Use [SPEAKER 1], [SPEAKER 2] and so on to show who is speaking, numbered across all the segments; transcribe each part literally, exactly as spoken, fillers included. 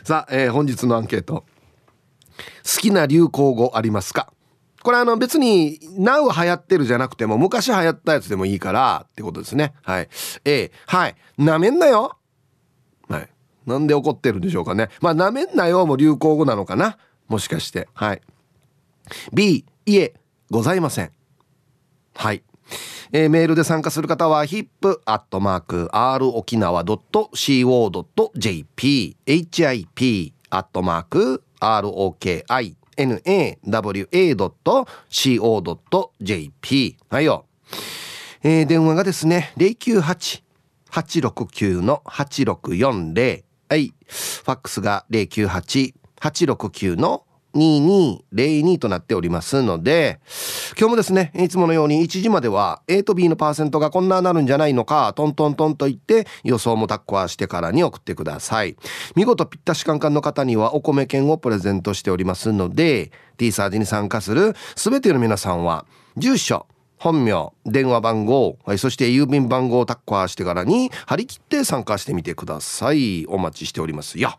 [SPEAKER 1] さあ、えー、本日のアンケート、好きな流行語ありますか？これあの別に Now 流行ってるじゃなくても昔流行ったやつでもいいからってことですね。はい。 A、 はいなめんなよ。はい、なんで怒ってるんでしょうかね。まあなめんなよも流行語なのかな、もしかして。はい。 B、 いえございません。はい、えー、メールで参加する方は ヒップ アットマーク アール 沖縄 ドット シーオー ドット ジェーピー ヒップ アットマーク アール オーケーアイエヌエーダブリューエー ドット シーオー ドット ジェーピー はいよ。えー、電話がですね ゼロきゅうはち はちろくきゅう のはちろくよんゼロ、はい、ファックスが ゼロきゅうはち はちろくきゅう のににゼロにとなっておりますので、今日もですねいつものようにいちじまでは A と B のパーセントがこんななるんじゃないのかトントントンと言って予想もタッコアしてからに送ってください。見事ぴったしカンカンの方にはお米券をプレゼントしておりますので、 T サージに参加するすべての皆さんは住所、本名、電話番号、はい、そして郵便番号をタッコアしてからに張り切って参加してみてください。お待ちしておりますよ。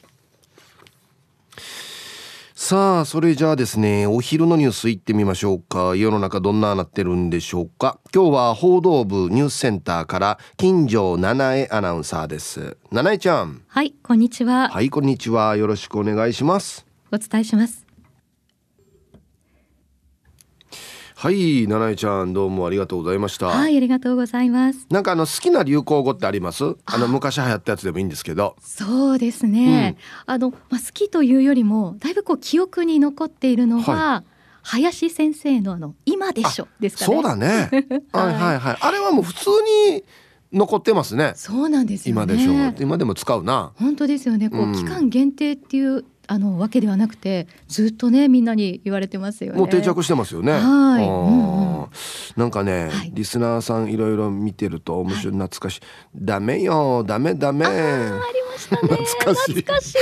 [SPEAKER 1] さあ、それじゃあですね、お昼のニュース行ってみましょうか。世の中どんななってるんでしょうか。今日は報道部ニュースセンターから金城七重アナウンサーです。七重ちゃん。
[SPEAKER 2] はい、こんにちは。
[SPEAKER 1] はい、こんにちは。よろしくお願いします。
[SPEAKER 2] お伝えします。
[SPEAKER 1] はい、七重ちゃん、どうもありがとうございました。
[SPEAKER 2] はい、ありがとうございます。
[SPEAKER 1] なんかあの好きな流行語ってあります？あの昔流行ったやつでもいいんですけど。
[SPEAKER 2] そうですね、うん、あの、まあ、好きというよりもだいぶこう記憶に残っているのは、はい、林先生のあの今でしょですかね。
[SPEAKER 1] そうだねはいはいはい、あれはもう普通に残ってますね。
[SPEAKER 2] そうなんですよね。
[SPEAKER 1] 今でしょう、今でも使うな。
[SPEAKER 2] 本当ですよね。こう、うん、期間限定っていうあのわけではなくてずっとねみんなに言われてますよね。
[SPEAKER 1] もう定着してますよね。はい、うんうん、なんかね、はい、リスナーさんいろいろ見てると面白い、懐かしい、はい、ダメよダメダメ、あ
[SPEAKER 2] ーありましたね。
[SPEAKER 1] 懐かしい
[SPEAKER 2] 懐かし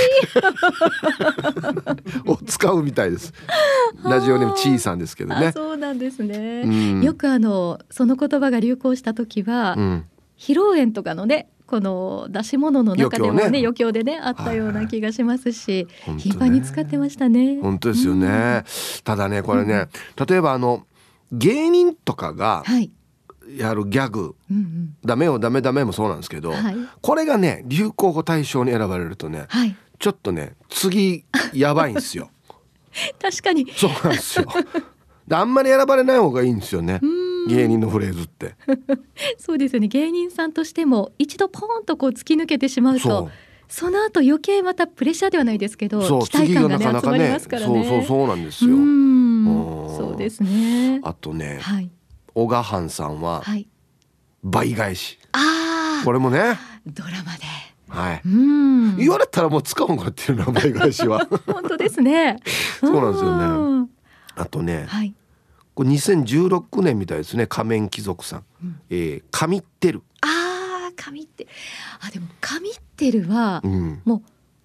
[SPEAKER 1] いを使うみたいです。ラジオネームちーさんですけどね。
[SPEAKER 2] そうなんですね、
[SPEAKER 1] うん、
[SPEAKER 2] よくあのその言葉が流行した時は、うん、披露宴とかのねこの出し物の中でもね余興でねあったような気がしますし、はいはい、頻繁に使ってましたね。
[SPEAKER 1] 本当ですよね、うん、ただねこれね、うん、例えばあの芸人とかがやるギャグ、はい、ダメよダメダメもそうなんですけど、はい、これがね流行語大賞に選ばれるとね、はい、ちょっとね次やばいんですよ
[SPEAKER 2] 確かに
[SPEAKER 1] そうなんですよ。であんまり選ばれない方がいいんですよね、芸人のフレーズって
[SPEAKER 2] そうですよね。芸人さんとしても一度ポーンとこう突き抜けてしまうと そ, その後余計またプレッシャーではないですけど
[SPEAKER 1] そう
[SPEAKER 2] 期待感がね
[SPEAKER 1] 次がなかなかね
[SPEAKER 2] 集まりますからね。
[SPEAKER 1] そうそうそうなんですよ。
[SPEAKER 2] うんそうですね。
[SPEAKER 1] あとね、
[SPEAKER 2] はい、
[SPEAKER 1] 小川藩さんは、はい、倍返し、
[SPEAKER 2] あ
[SPEAKER 1] これもね
[SPEAKER 2] ドラマで、
[SPEAKER 1] はい、
[SPEAKER 2] うん
[SPEAKER 1] 言われたらもう使うんかっていうのは倍返しは
[SPEAKER 2] 本当ですね
[SPEAKER 1] そうなんですよね。あとね、はい、これにせんじゅうろくねんみたいですね。仮面貴族さん、うん、えー、神ってる。
[SPEAKER 2] あー神ってあでも神ってるは、うん、もう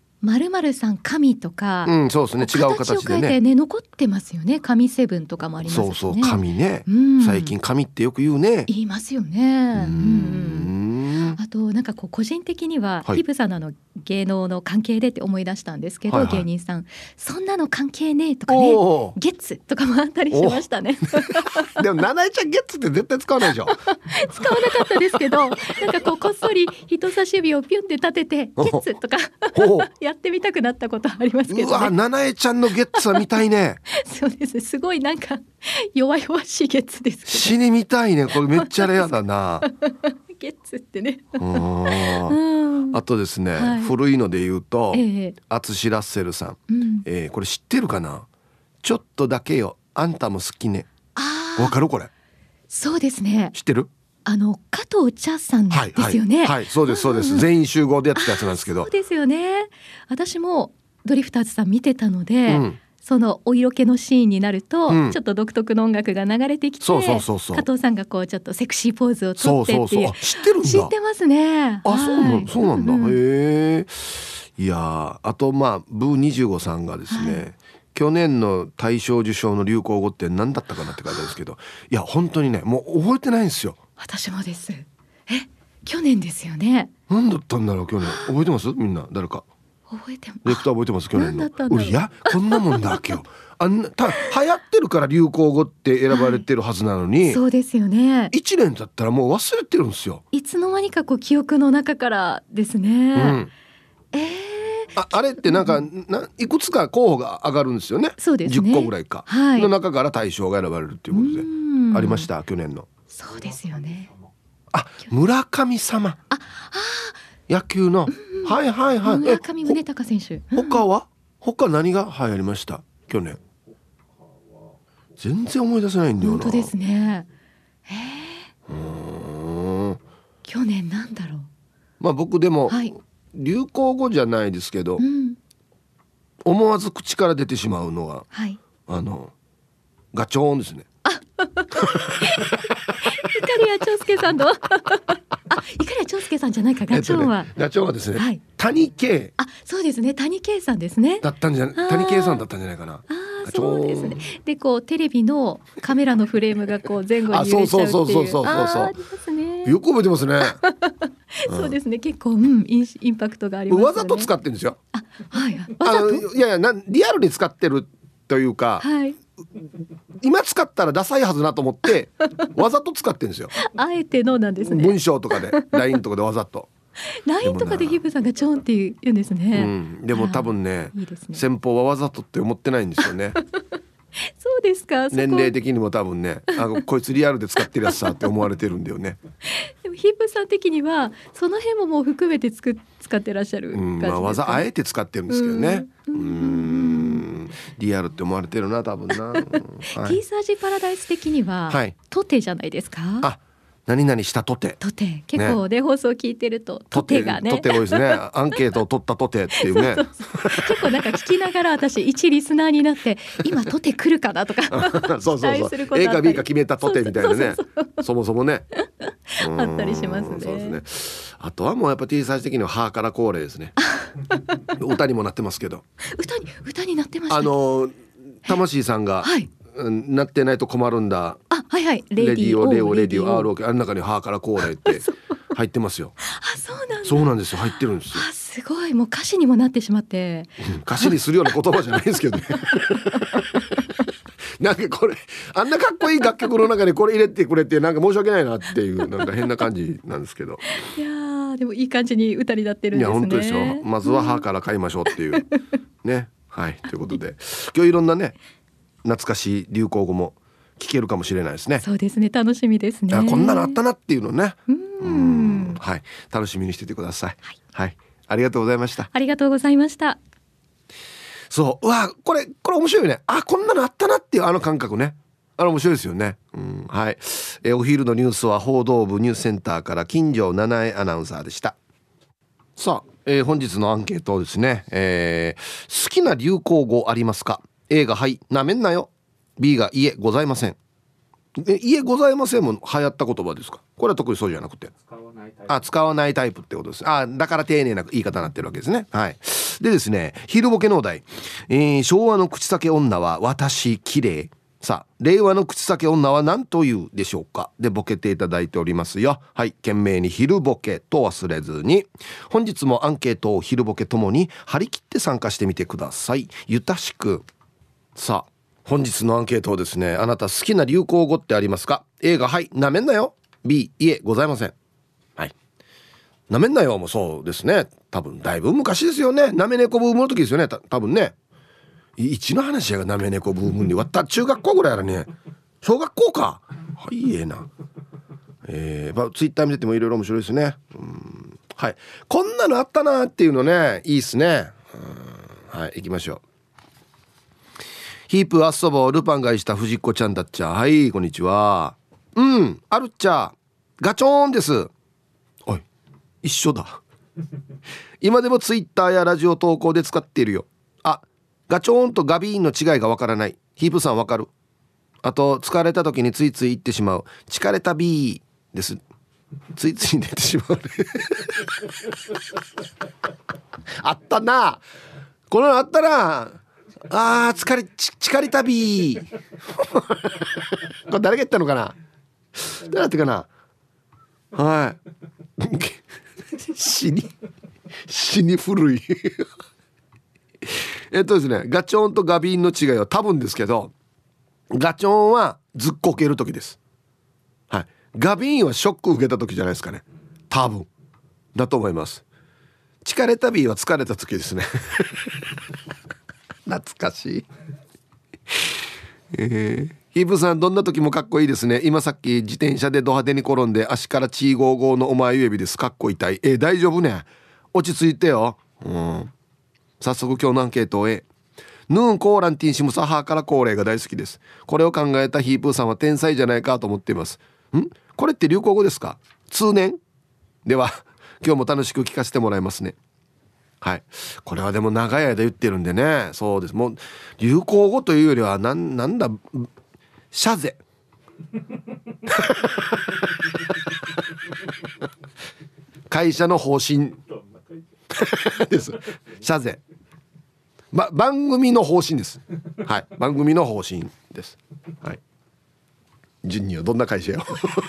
[SPEAKER 2] 〇〇さん神とか、
[SPEAKER 1] うん、そうですね、違う形でね
[SPEAKER 2] 形を変えてね残ってますよね。神セブンとかもありますしね。
[SPEAKER 1] そうそう神ね、うん、最近神ってよく言うね。
[SPEAKER 2] 言いますよね。うん、あとなんかこう個人的には、はい、ヒブさんのあの芸能の関係でって思い出したんですけど、はいはい、芸人さんそんなの関係ねえとかねゲッツとかもあったりしましたね
[SPEAKER 1] でも七重ちゃんゲッツって絶対使わないでしょ
[SPEAKER 2] 使わなかったですけどなんかこうこっそり人差し指をピュンって立ててゲッツとかやってみたくなったことありますけどね。
[SPEAKER 1] うわ七重ちゃんのゲッツは見たいね
[SPEAKER 2] そうですすごいなんか弱々しいゲッツですけど
[SPEAKER 1] 死に見たいね。これめっちゃレアだな
[SPEAKER 2] ゲッツってね
[SPEAKER 1] あ, あとですね、はい、古いので言うと、えー、アツシラッセルさん、うんえー、これ知ってるかな。ちょっとだけよあんたも好きね。あわかるこれ。
[SPEAKER 2] そうですね。
[SPEAKER 1] 知ってる。
[SPEAKER 2] あの加藤茶さんですよね。
[SPEAKER 1] はい、はいはい、そうですそうです、うん、全員集合でやってたやつなんですけど。
[SPEAKER 2] そうですよね。私もドリフターズさん見てたので、うん、そのお色気のシーンになると、うん、ちょっと独特の音楽が流れてきて、そうそうそうそう加藤さんがこうちょっとセクシーポーズをとってっていう。そうそうそう、
[SPEAKER 1] 知ってるんだ。
[SPEAKER 2] 知ってますね。
[SPEAKER 1] あ、そうなん、そうなんだ、うん、へえ。いやあとまあブーにじゅうごさんがですね、はい、去年の大賞受賞の流行語って何だったかなって書いてあるんですけど、いや本当にねもう覚えてないんですよ。
[SPEAKER 2] 私もです。え去年ですよね。
[SPEAKER 1] 何だったんだろう去年。覚えてますみんな誰か。
[SPEAKER 2] 覚えてます。
[SPEAKER 1] ディレクター覚えてます。去年の。
[SPEAKER 2] 何だったんだろう。
[SPEAKER 1] いやこんなもんだっけよ。あんなた流行ってるから流行語って選ばれてるはずなのに、はい、
[SPEAKER 2] そうですよね。
[SPEAKER 1] いちねん経ったらもう忘れてるんですよ。
[SPEAKER 2] いつの間にかこう記憶の中からですね、うん、えー、
[SPEAKER 1] あ, あれってなんかないくつか候補が上がるんですよね。
[SPEAKER 2] そうですね、
[SPEAKER 1] じゅっこぐらいか、
[SPEAKER 2] はい、
[SPEAKER 1] の中から大賞が選ばれるっていうことでありました去年の。
[SPEAKER 2] そうですよね。
[SPEAKER 1] あ、村神様、ああ野球の、うん、はいはいはい、
[SPEAKER 2] 村上宗隆選手、
[SPEAKER 1] うん、他は他何が流行りました去年。全然思い出せないんだよな。
[SPEAKER 2] 本当ですね。えー、うーん去年なんだろう。
[SPEAKER 1] まあ僕でも、
[SPEAKER 2] はい、
[SPEAKER 1] 流行語じゃないですけど、うん、思わず口から出てしまうのは、はい、あのガチョーンですね。あいか
[SPEAKER 2] りや長介さんのあ、いかりや長介さんじゃないか、ガチョーンは、
[SPEAKER 1] えっとね、ガチョーンはですね、
[SPEAKER 2] はい、
[SPEAKER 1] 谷圭、
[SPEAKER 2] あ、そうですね、谷圭さんですね。
[SPEAKER 1] だったんじゃ谷圭さんだったんじゃないかな。
[SPEAKER 2] あ、そうですね。でこうテレビのカメラのフレームがこう前後に揺れちゃうっていう、あ、そうそうそうそうそうそう、あ、ありますね。
[SPEAKER 1] よく覚えてますね。
[SPEAKER 2] そうですね、うん、結構、うん、イン、インパクトがありますよね。
[SPEAKER 1] わざと使ってるんですよ。
[SPEAKER 2] あ、はい、わざと、
[SPEAKER 1] いやいやなリアルに使ってるというか、はい、今使ったらダサいはずなと思ってわざと使ってるんですよ。
[SPEAKER 2] あえてのなんですね。
[SPEAKER 1] 文章とかでラインとかでわざと
[SPEAKER 2] ラインとかでヒブさんがチョンって言うんですね、
[SPEAKER 1] うん、でも多分 ね, いいですね、先方はわざとって思ってないんですよね。
[SPEAKER 2] そうですか。
[SPEAKER 1] 年齢的にも多分ね、あこいつリアルで使ってるやつさって思われてるんだよね。
[SPEAKER 2] でもヒブさん的にはその辺ももう含めてつく使ってらっしゃる感じですか、ね、うん、まあ、わざ
[SPEAKER 1] あえて使ってるんですけどね。うん、うーんリアルって思われてるな多分な、うん、はい、T
[SPEAKER 2] サージパラダイス的には、はい、とてじゃないですか。
[SPEAKER 1] あ、何々したとて、
[SPEAKER 2] とて結構ね、放送聞いてるととてがね、
[SPEAKER 1] とて多いですね。アンケートを取ったとてっていうね。そうそう
[SPEAKER 2] そう、結構なんか聞きながら私一リスナーになって今とて来るかなとか
[SPEAKER 1] そうそうそう、A か B か決めたとてみたいなね、そもそもね
[SPEAKER 2] あったりしますね。
[SPEAKER 1] そうですね。あとはもうやっぱ T サージ的にはハーカラ恒例ですね。歌にもなってますけど、
[SPEAKER 2] 歌に歌になってました、ね、
[SPEAKER 1] あの魂さんが、はい、なってないと困るんだ、
[SPEAKER 2] あ、はいはい、
[SPEAKER 1] レディオレオレディオ アールオーケー、 あの中にハーカラ恒例って入ってますよ。
[SPEAKER 2] あ、そうなんだ。
[SPEAKER 1] そうなんですよ、入ってるんですよ。
[SPEAKER 2] あ、すごい、もう歌詞にもなってしまって、
[SPEAKER 1] うん、歌詞にするような言葉じゃないですけどね。なんかこれあんなかっこいい楽曲の中にこれ入れてくれてなんか申し訳ないなっていうなんか変な感じなんですけど。
[SPEAKER 2] いやでもいい感じに歌になってるんですね。
[SPEAKER 1] いや本当ですよ。まずは歯から買いましょうっていう、うん、ね、はい、ということで今日いろんなね懐かしい流行語も聞けるかもしれないですね。
[SPEAKER 2] そうですね、楽しみですね。
[SPEAKER 1] こんなのあったなっていうのね、うん、はい、楽しみにしててください。はい、はい、ありがとうございました。
[SPEAKER 2] ありがとうございました。
[SPEAKER 1] そう、うわこれこれ面白いね。あ、こんなのあったなっていうあの感覚ね、あれ面白いですよね。うん、はい、えー、お昼のニュースは報道部ニュースセンターから金城七重アナウンサーでした。さあ、えー、本日のアンケートですね、えー、好きな流行語ありますか。 A がはい、なめんなよ。 B がいえ、ございません。え、いえ、ございませんも流行った言葉ですか。これは特にそうじゃなくて使わないタイプ、あ、使わないタイプってことです。あ、だから丁寧な言い方になってるわけですね。はい。でですね、昼ボケのお題、えー、昭和の口先女は私綺麗。さあ、令和の口先女は何というでしょうか。でボケていただいておりますよ。はい、懸命に昼ボケと忘れずに、本日もアンケートを昼ボケともに張り切って参加してみてください。ゆたしく。さあ、本日のアンケートをですね、あなた好きな流行語ってありますか。 A がはい、なめんなよ。 B、いえ、ございません。はい、なめんなよもそうですね、多分だいぶ昔ですよね。なめ猫ブームの時ですよね、た多分ね。一の話やがなめ猫ブームにわった中学校ぐらいやらね、小学校か。はいええな。えー、ツイッター見ててもいろいろ面白いですね。うん、はい、こんなのあったなっていうのね、いいっすね。うん、はい、行きましょう。ヒープアッソボルパンがいした藤子ちゃんだっちゃ。はい、こんにちは。うん、あるっちゃガチョーンです。おい、一緒だ。今でもツイッターやラジオ投稿で使っているよ。あ、ガチョーンとガビーンの違いがわからない。ヒープさんわかる。あと疲れた時についつい言ってしまう疲れたビーです。ついつい出てしまうね。あったな、このあったな。あー、疲れち疲れたビー。これ誰が言ったのかな、誰だってかな。はい。死に死に古い。 えっとですね、ガチョンとガビンの違いは多分ですけど、ガチョンはずっこける時です。はい。ガビンはショック受けた時じゃないですかね。多分だと思います。疲れたビーは疲れた時ですね。懐かしい。えー、ヒープさんどんな時もかっこいいですね。今さっき自転車でド派手に転んで足からチーゴーゴーのお前指です。かっこ痛い。えー、大丈夫ね。落ち着いてよ。うん。早速今日のアンケートをヌーンコーランティンシムサハーから恒例が大好きです。これを考えたヒープーさんは天才じゃないかと思っています。んこれって流行語ですか？通年では今日も楽しく聞かせてもらいますね。はい、これはでも長い間言ってるんでね。そうです。もう流行語というよりはなんなんだシャゼ会社の方針ですシャゼ、ま、番組の方針です。はい、番組の方針です。はい、順にはどんな会社よ。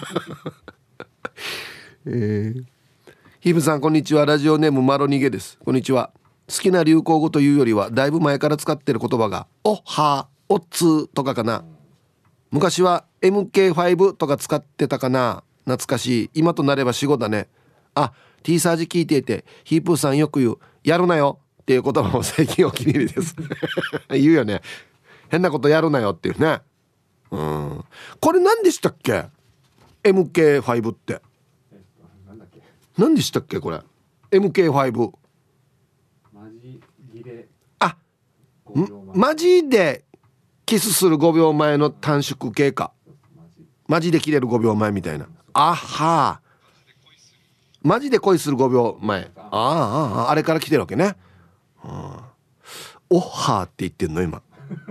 [SPEAKER 1] えーヒブさんこんにちは。ラジオネームマロニゲです。こんにちは。好きな流行語というよりはだいぶ前から使ってる言葉がおはおっつとかかな。昔は エムケーファイブ とか使ってたかな。懐かしい。今となれば死語だね。あ、 T サージ聞いていてヒープーさんよく言うやるなよっていう言葉も最近お気に入りです。言うよね。変なことやるなよっていうね。うん、これ何でしたっけ エムケーファイブ って何でしたっけこれ エムケーファイブ。
[SPEAKER 3] マジギレ、
[SPEAKER 1] あ、マジでキスするごびょうまえの短縮系か。マジで切れるごびょうまえみたいな。あはー、マジで恋するごびょうまえ。ああ、ああれから来てるわけね。おっはーって言ってんの今。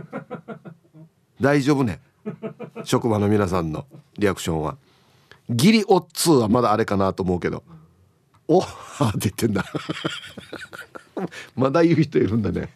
[SPEAKER 1] 大丈夫ね。職場の皆さんのリアクションはギリおっつーはまだあれかなと思うけど、おはって言ってんだ。まだ言う人いるんだね。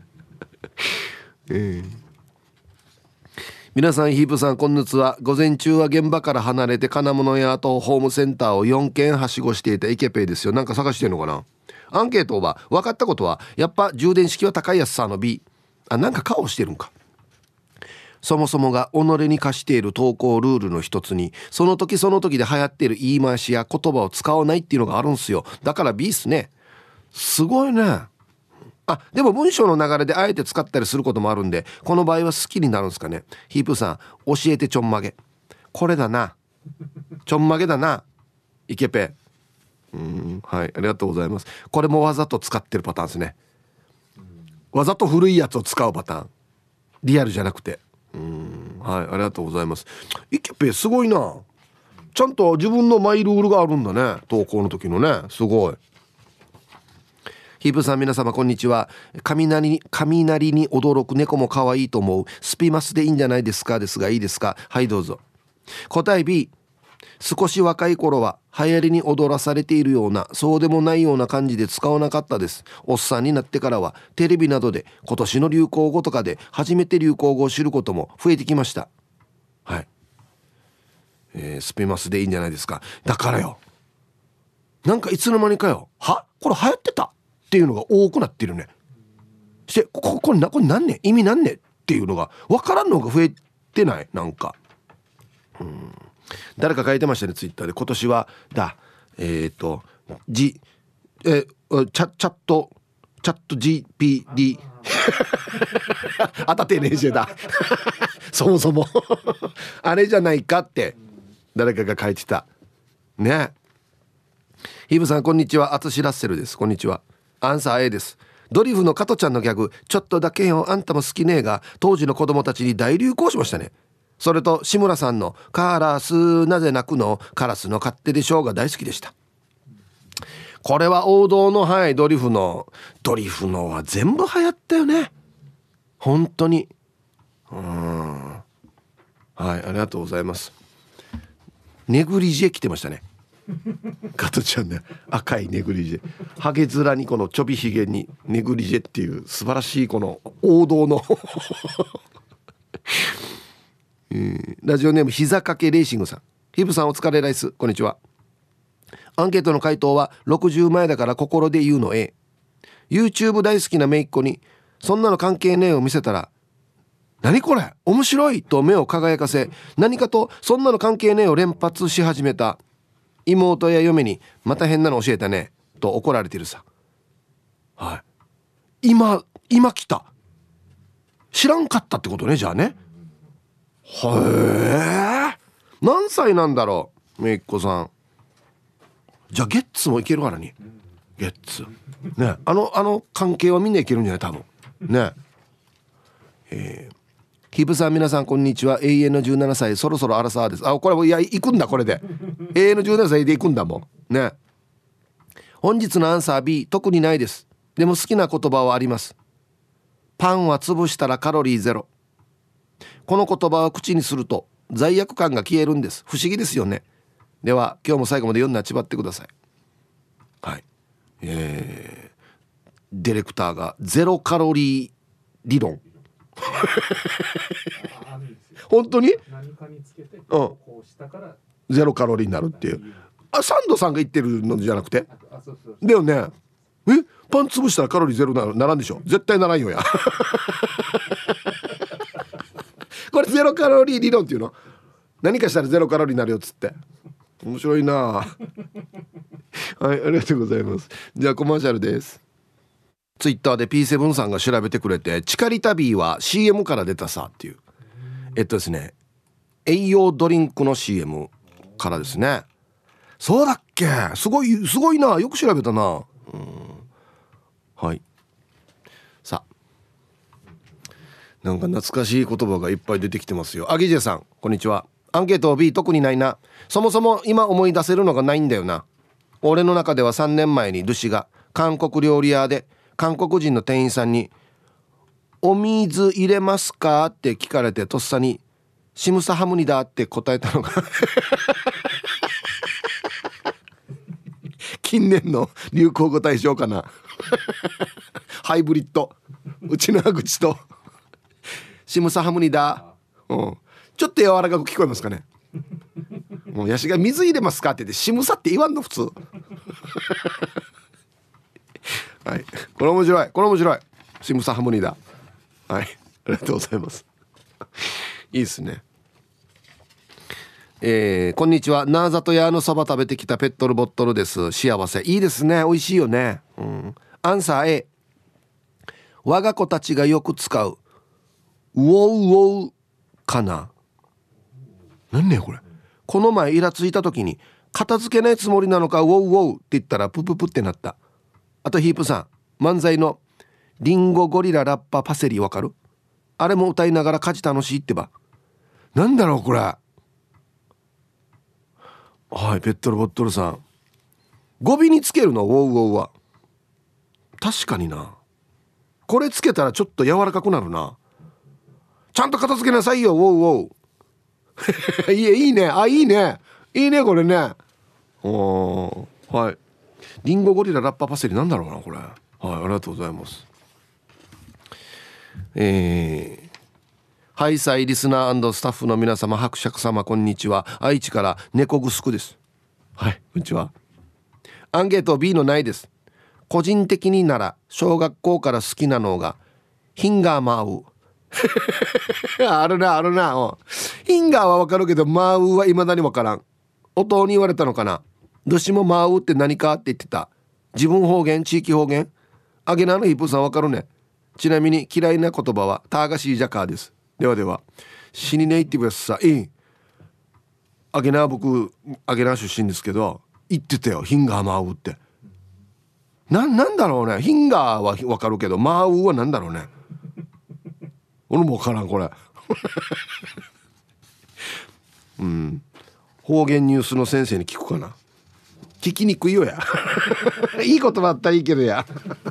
[SPEAKER 1] えー、皆さんヒープさんこんにちは。午前中は現場から離れて金物屋とホームセンターをよんけんはしごしていたイケペイですよ。なんか探してんのかな。アンケートは分かったことはやっぱ充電式は高いやつさの B。 あ、なんか顔してるんか。そもそもが己に課している投稿ルールの一つにその時その時で流行っている言い回しや言葉を使わないっていうのがあるんすよ。だから B っすね。すごいね。あ、でも文章の流れであえて使ったりすることもあるんでこの場合は好きになるんですかね。ヒープさん教えてちょんまげ。これだな、ちょんまげだなイケペ。うーん、はい、ありがとうございます。これもわざと使ってるパターンですね。わざと古いやつを使うパターン、リアルじゃなくて。うーん、はい、ありがとうございます。イケペすごいな。ちゃんと自分のマイルールがあるんだね。投稿の時のね、すごい。ヒープさん皆様こんにちは。雷に雷に驚く猫も可愛いと思うスピマスでいいんじゃないですかですがいいですか。はいどうぞ。答え B。 少し若い頃は流行りに踊らされているようなそうでもないような感じで使わなかったです。おっさんになってからはテレビなどで今年の流行語とかで初めて流行語を知ることも増えてきました。はい、えー、スピマスでいいんじゃないですか。だからよ、なんかいつの間にかよ、はこれ流行ってたっていうのが多くなってるね。してこここれなこれ何ね意味なんねっていうのが分からんのが増えてない。なんかうん、誰か書いてましたねツイッターで。今年はだえっ、ー、とじえチャチャットチャット ジーピーディー あたてねえじゃだ。そもそもあれじゃないかって誰かが書いてたね。ヒブさんこんにちは。アツシラッセルです。こんにちは。アンサー A です。ドリフの加トちゃんのギャグちょっとだけよあんたも好きねえが当時の子供たちに大流行しましたね。それと志村さんのカラスなぜ泣くのカラスの勝手でしょうが大好きでした。これは王道の、はい、ドリフのドリフのは全部流行ったよね本当に。うーん、はい、ありがとうございます。ネグリジェ着てましたね加トちゃんね。赤いネグリジェ、ハゲ面にこのちょびひげにネグリジェっていう素晴らしいこの王道のえー、ラジオネーム膝掛けレーシングさん。ヒブさんお疲れライス、こんにちは。アンケートの回答はろくじゅうまえだから心で言うの A。 YouTube 大好きな姪っ子にそんなの関係ねえを見せたら、何これ面白いと目を輝かせ、何かとそんなの関係ねえを連発し始めた妹や嫁に、また変なの教えたねと怒られてるさ。はい、今今来た、知らんかったってことね、じゃあね。へえ、何歳なんだろう、めいっ子さん。じゃあゲッツもいけるからに、ゲッツね、あのあの関係はみんないけるんじゃない、多分ね。えーヒブさん、皆さんこんにちは。永遠のじゅうななさい、そろそろアラサーです。あ、これいや行くんだ、これで永遠のじゅうななさいで行くんだもんね。本日のアンサー B、 特にないです。でも好きな言葉はあります。パンは潰したらカロリーゼロ。この言葉を口にすると罪悪感が消えるんです。不思議ですよね。では今日も最後まで読んでちばってください。はい、えー、ディレクターがゼロカロリー理論本当に
[SPEAKER 3] 何かにつけて
[SPEAKER 1] こ
[SPEAKER 3] うしたから
[SPEAKER 1] ゼロカロリーになるっていう。あ、サンドさんが言ってるのじゃなくて
[SPEAKER 3] あ、そうそうそう
[SPEAKER 1] だよね。え、パン潰したらカロリーゼロなならんでしょ。絶対ならんよやこれゼロカロリー理論っていうの。何かしたらゼロカロリーになるよっつって。面白いなはい、ありがとうございます。じゃあコマーシャルです。ツイッターで ピーセブン さんが調べてくれて、チカリタビーは シーエム から出たさっていう、えっとですね、栄養ドリンクの シーエム からですね。そうだっけ、すごいすごいな、よく調べたな。うん、はい。さあ、なんか懐かしい言葉がいっぱい出てきてますよ。アギジェさん、こんにちは。アンケート B、 特にないな。そもそも今思い出せるのがないんだよな。俺の中ではさんねんまえにルシが韓国料理屋で韓国人の店員さんにお水入れますかって聞かれて、とっさにシムサハムニだって答えたのが近年の流行語大賞かなハイブリッド、うちの歯口とシムサハムニだ、うん、ちょっと柔らかく聞こえますかね。もうヤシが水入れますかって言ってシムサって言わんの普通はい、これ面白い、これ面白い、シムサハムニだ。はい、ありがとうございますいいですね。えー、こんにちは。ナーザとヤーのそば食べてきたペットルボットルです。幸せ、いいですね、美味しいよね、うん、アンサー A、 我が子たちがよく使うウォウウォウかな。何ねこれ。この前イラついた時に片付けないつもりなのかウォウウォウって言ったらプププってなった。あとヒープさん、漫才のリンゴゴリララッパパセリわかる？あれも歌いながら家事楽しいってば。なんだろうこれ。はい、ペットルボットルさん、語尾につけるのウォウウォウは確かにな。これつけたらちょっと柔らかくなるな。ちゃんと片付けなさいよウォウウォウいいいいね、あ、いいね、いいねこれね。おー、はい、リンゴゴリララッパパセリなんだろうなこれ。はい、ありがとうございます。えー、ハイサイリスナー&スタッフの皆様、伯爵様、こんにちは。愛知から猫ぐすくです。はい、こんにちは。アンケート B のないです。個人的になら小学校から好きなのがヒンガーマウあるなあるな。おヒンガーはわかるけどマウは未だにわからん。弟に言われたのかな。どしもマウって何かって言ってた。自分方言、地域方言。アゲナのヒップさんわかるね。ちなみに嫌いな言葉はターガシージャカーです。ではでは、シニネイティブやさ、いいアゲナ、僕アゲナ出身ですけど言ってたよ、ヒンガーマウって。な、なんだろうね。ヒンガーはわかるけどマウはなんだろうね。俺もわからんこれうん、方言ニュースの先生に聞くかな。聞きにくいよやいい言葉あったらいいけどや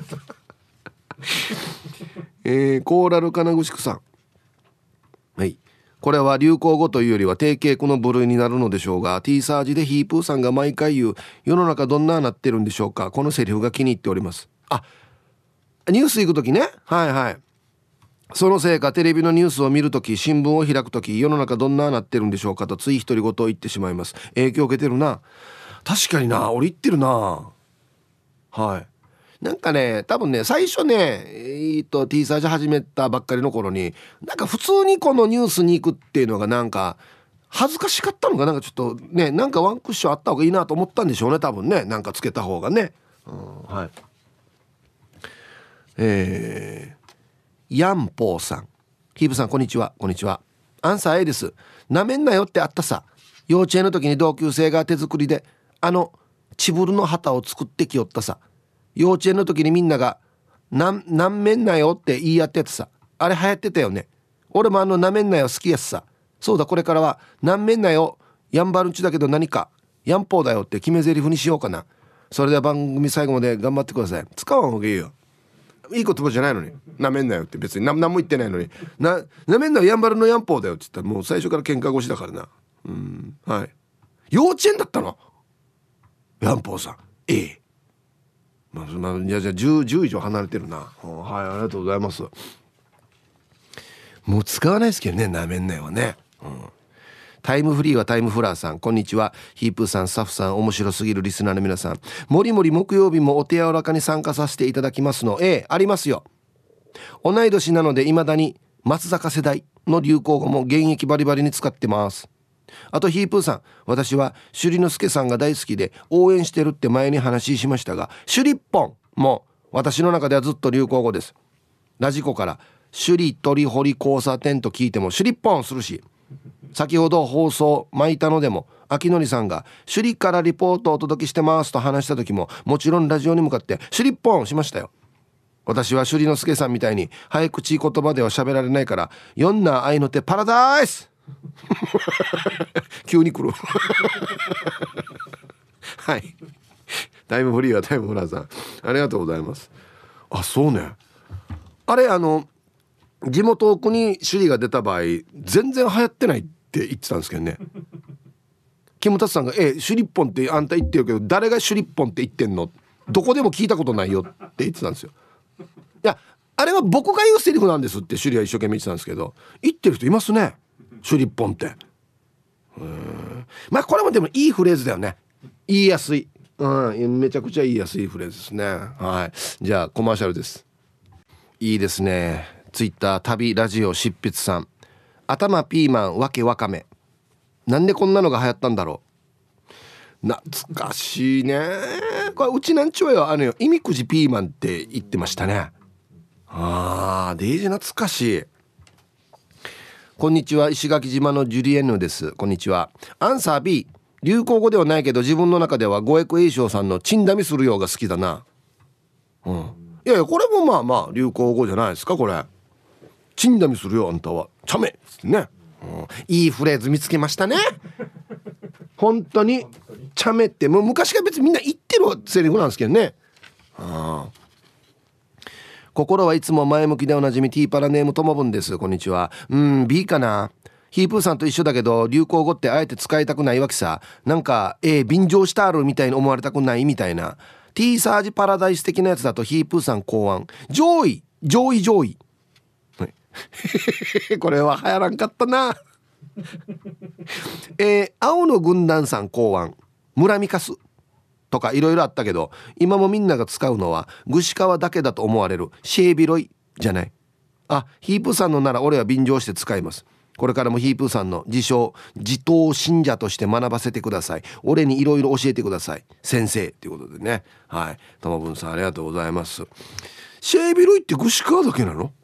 [SPEAKER 1] えー、コーラル金具宿さん、はい、これは流行語というよりは定型句の部類になるのでしょうが、 T サージでヒープーさんが毎回言う世の中どんななってるんでしょうか。このセリフが気に入っております。あ、ニュース行くときね。はいはい。そのせいかテレビのニュースを見るとき、新聞を開くとき、世の中どんななってるんでしょうかとつい独り言を言ってしまいます。影響を受けてるな。確かにな、俺言ってるな。はい。なんかね、多分ね、最初ね、 ーと T サージ始めたばっかりの頃になんか普通にこのニュースに行くっていうのがなんか恥ずかしかったのかなんかちょっとねなんかワンクッションあった方がいいなと思ったんでしょうね多分ねなんかつけた方がね、うん、はいえー、ヤンポーさんヒープさんこんにちはこんにちはアンサー A ですなめんなよってあったさ幼稚園の時に同級生が手作りであのチブルの旗を作ってきよったさ幼稚園の時にみんながな, なんめんなよって言い合ってやつさあれ流行ってたよね俺もあのなめんなよ好きやつさそうだこれからはなんめんなよやんばるんちだけど何かやんぽうだよって決め台詞にしようかなそれでは番組最後まで頑張ってください使わんほうがいいよいい言葉じゃないのになめんなよって別に 何, 何も言ってないのに な, なめんなよやんばるのやんぽうだよって言ったらもう最初から喧嘩腰だからなうんはい幼稚園だったのやんぽうさんええまあ、まあ、いやじゃあ 10, じゅう以上離れてるな、はいありがとうございますもう使わないですけどねなめんなよはね、うん、タイムフリーはタイムフラーさんこんにちはヒープーさんスタッフさん面白すぎるリスナーの皆さんもりもり木曜日もお手柔らかに参加させていただきますのええありますよ同い年なので未だに松坂世代の流行語も現役バリバリに使ってますあとヒープーさん私はシュリノスケさんが大好きで応援してるって前に話しましたがシュリッポンも私の中ではずっと流行語ですラジコからシュリ鳥堀交差点と聞いてもシュリッポンするし先ほど放送巻いたのでも秋典さんがシュリからリポートをお届けしてますと話した時ももちろんラジオに向かってシュリッポンしましたよ私はシュリノスケさんみたいに早口言葉では喋られないからよんな愛の手パラダイス急に来るはいタイムフリーはタイムフラーさんありがとうございますあそうねあれあの地元区に首里が出た場合全然流行ってないって言ってたんですけどねキムタツさんがえシュリッポンってあんた言ってるけど誰がシュリッポンって言ってんのどこでも聞いたことないよって言ってたんですよいやあれは僕が言うセリフなんですって首里は一生懸命言ってたんですけど言ってる人いますねシュリッポンってうーんまあこれもでもいいフレーズだよね言いやすい、うん、めちゃくちゃ言いやすいフレーズですねはいじゃあコマーシャルですいいですねツイッター旅ラジオ執筆さん頭ピーマンわけわかめなんでこんなのが流行ったんだろう懐かしいねこれうちなんちゅうよあのよ意味くじピーマンって言ってましたねあーデイジー懐かしいこんにちは石垣島のジュリエンヌですこんにちはアンサー B 流行語ではないけど自分の中ではゴエクエイショウさんのチンダミするようが好きだなうんいやいやこれもまあまあ流行語じゃないですかこれチンダミするよあんたはチャメってね、うん、いいフレーズ見つけましたね本当にチャメってもう昔から別にみんな言ってるセリフなんですけどねあ心はいつも前向きでおなじみティーパラネームともぶんですこんにちはうん B かなヒープーさんと一緒だけど流行語ってあえて使いたくないわけさなんかえー、便乗してあるみたいに思われたくないみたいな T サージパラダイス的なやつだとヒープーさん考案上位上位上位これは流行らんかったなえー、青の軍団さん考案村ミカスとかいろいろあったけど今もみんなが使うのは具志川だけだと思われるシェービロイじゃないあヒープーさんのなら俺は便乗して使いますこれからもヒープーさんの自称自党信者として学ばせてください俺にいろいろ教えてください先生ということでねはいともぶんさんありがとうございますシェービロイって具志川だけなの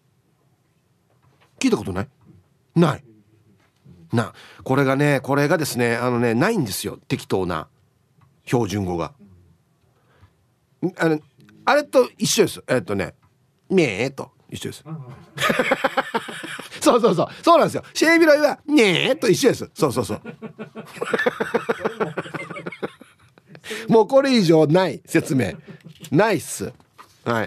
[SPEAKER 1] 聞いたことないないなこれがねこれがですねあのねないんですよ適当な標準語があのあれと一緒ですえっとねねえと一緒ですそうそうそうそうなんですよシェービロイはねえと一緒ですそうそうそうもうこれ以上ない説明ないっすはい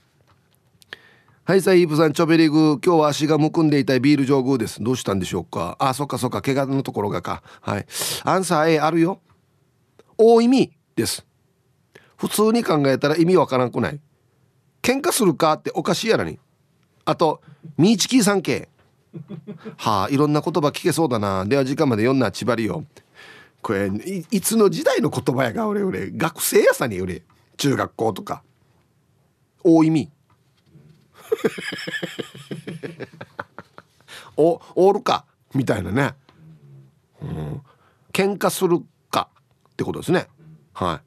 [SPEAKER 1] はいさあイープさんチョベリグ今日は足がむくんでいたいビール上宮ですどうしたんでしょうかあそっかそっか怪我のところがかはいアンサー A あるよ大意味です普通に考えたら意味わからんくない喧嘩するかっておかしいやらにあとミーチキーさん系はあいろんな言葉聞けそうだなでは時間まで読んなちばりよこれ い, いつの時代の言葉やが俺俺学生やさに俺中学校とか大意味おおるかみたいなね、うん、喧嘩するかってことですね。はい。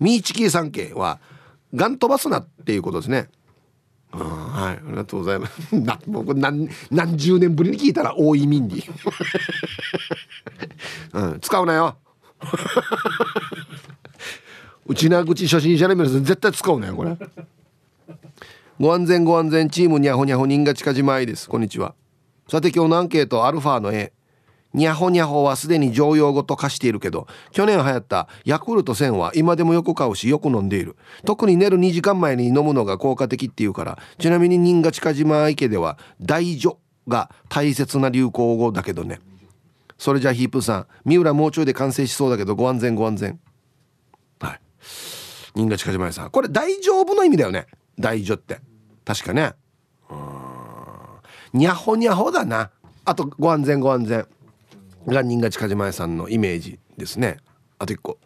[SPEAKER 1] ミーチキー三景はガン飛ばすなっていうことですね。うん、はい、ありがとうございますな僕 何, 何十年ぶりに聞いたら多いミンディ、うん、使うなようちな口初心者レベルで絶対使うなよこれ。ご安全ご安全、チームにゃほにゃほ人が近じまいです。こんにちは。さて今日のアンケート、アルファの A、 にゃほにゃほはすでに常用語と化しているけど、去年流行ったヤクルトせんは今でもよく買うしよく飲んでいる。特に寝るにじかんまえに飲むのが効果的っていうから。ちなみに人が近島池では大女が大切な流行語だけどね。それじゃあヒープさん、三浦もうちょいで完成しそうだけどご安全ご安全。はい、人が近島さん、これ大丈夫の意味だよね、大女って確かね。うーん、にゃほにゃほだな。あとご安全ご安全が人が近島さんのイメージですね。あといっこ、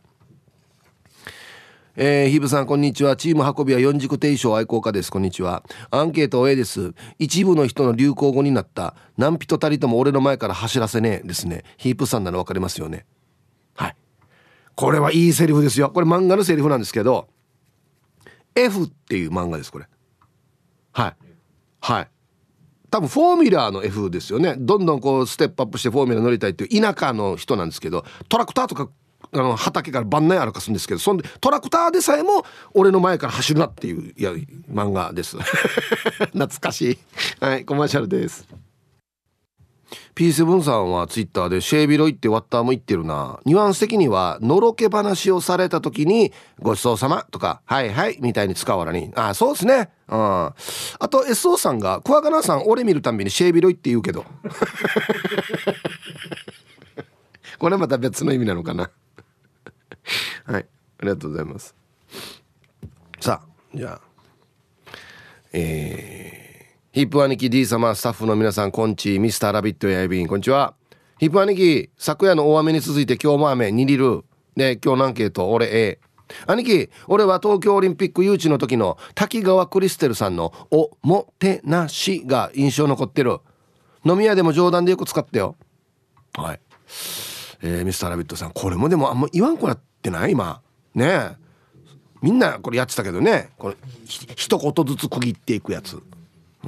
[SPEAKER 1] えー、ヒブさんこんにちは。チーム運びは四軸定称愛好家です。こんにちは。アンケート A です。一部の人の流行語になった何人たりとも俺の前から走らせねえですね。ヒープさんなら分かりますよね。はい、これはいいセリフですよ。これ漫画のセリフなんですけど、 F っていう漫画ですこれ。はいはい、多分フォーミュラーの F ですよね。どんどんこうステップアップしてフォーミュラー乗りたいっていう田舎の人なんですけど、トラクターとかあの畑から番内歩かすんですけど、そんでトラクターでさえも俺の前から走るなっていう、いや漫画です懐かしい。はい、コマーシャルです。 ピーセブン さんはツイッターでシェービロイってワッターも言ってるな。ニュアンス的にはのろけ話をされた時にごちそうさまとかはいはいみたいに使うわらに、ああそうですね。うん、あと エスオー さんがクワガナさん俺見るたんびにシェービロイって言うけどこれまた別の意味なのかなはい、ありがとうございます。さあじゃあえー、ヒップ兄貴 D 様、スタッフの皆さんこんち、ミスターラビットやエビンこんにちは。ヒップ兄貴、昨夜の大雨に続いて今日も雨にリルで、今日のアンケート俺 A。 兄貴、俺は東京オリンピック誘致の時の滝川クリステルさんのおもてなしが印象残ってる。飲み屋でも冗談でよく使ってよ。はい、えー、ミスターラビットさん、これもでもあんま言わんくなってない今ねえ。みんなこれやってたけどね、これ一言ずつ区切っていくやつ。うん、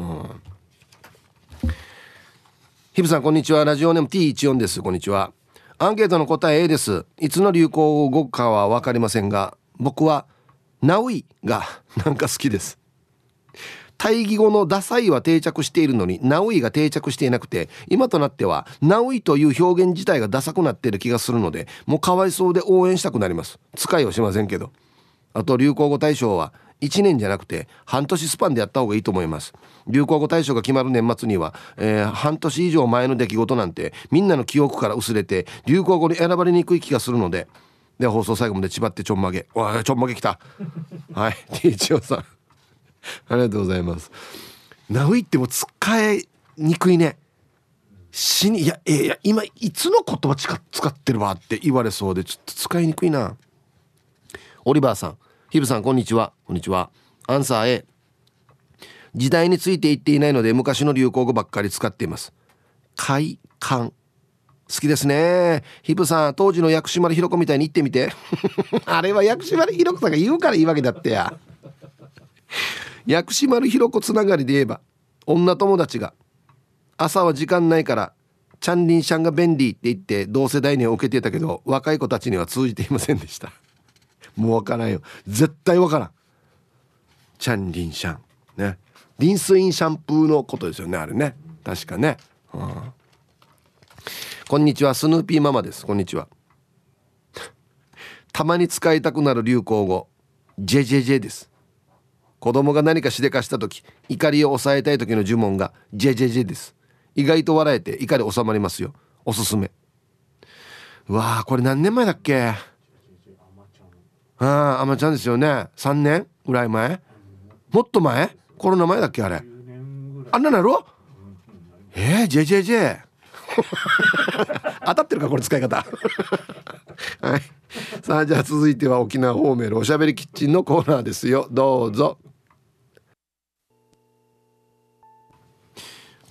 [SPEAKER 1] ヒブさんこんにちは。ラジオネーム ティーいちよん です。こんにちは。アンケートの答え A です。いつの流行語かは分かりませんが、僕はナウイがなんか好きです。対義語のダサいは定着しているのにナウイが定着していなくて、今となってはナウイという表現自体がダサくなっている気がするので、もうかわいそうで応援したくなります。使いはしませんけど。あと流行語大賞はいちねんじゃなくて半年スパンでやった方がいいと思います。流行語大賞が決まる年末には、えー、半年以上前の出来事なんてみんなの記憶から薄れて流行語に選ばれにくい気がするので、で放送最後まで縛ってちょんまげ、おいちょんまげきたはい、ティーチオさんありがとうございます。ナウイっても使いにくいね。死にいやいや今いつの言葉使ってるわって言われそうでちょっと使いにくいな。オリバーさん、ヒブさんこんにちは。こんにちは。アンサー A。 時代について言っていないので昔の流行語ばっかり使っています。快感好きですね。ヒブさん、当時の薬師丸ひろ子みたいに言ってみてあれは薬師丸ひろ子さんが言うからいいわけだってや薬師丸ひろ子つながりで言えば、女友達が朝は時間ないからチャンリンシャンが便利って言って同世代には受けてたけど、若い子たちには通じていませんでしたもうわからんよ、絶対わからん。チャンリンシャンね、リンスインシャンプーのことですよね、あれね、確かね。うん、こんにちは、スヌーピーママです。こんにちは。たまに使いたくなる流行語 ジェジェジェ です。子供が何かしでかした時、怒りを抑えたい時の呪文が ジェジェジェ です。意外と笑えて怒り収まりますよ。おすすめ。うわー、これ何年前だっけ。ああ、アマちゃんですよね。さんねんぐらい前、もっと前、コロナ前だっけあれ。あんななろえー、ジェジェジェ当たってるかこれ使い方はい、さあじゃあ続いては沖縄方面のおしゃべりキッチンのコーナーですよ。どうぞ。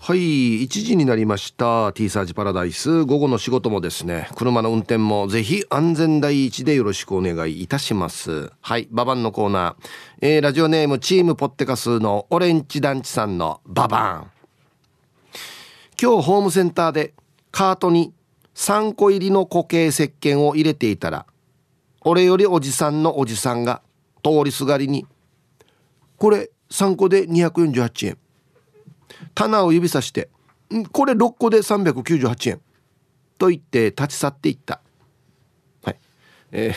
[SPEAKER 1] はい、いちじになりました。 T サージパラダイス、午後の仕事もですね、車の運転もぜひ安全第一でよろしくお願いいたします。はい、ババンのコーナー、えー、ラジオネームチームポッテカスのオレンジ団地さんのババン。今日ホームセンターでカートにさんこ入りの固形石鹸を入れていたら、俺よりおじさんのおじさんが通りすがりに、これさんこでにひゃくよんじゅうはちえん、棚を指さして、んこれろっこでさんびゃくきゅうじゅうはちえんと言って立ち去っていった。はい、え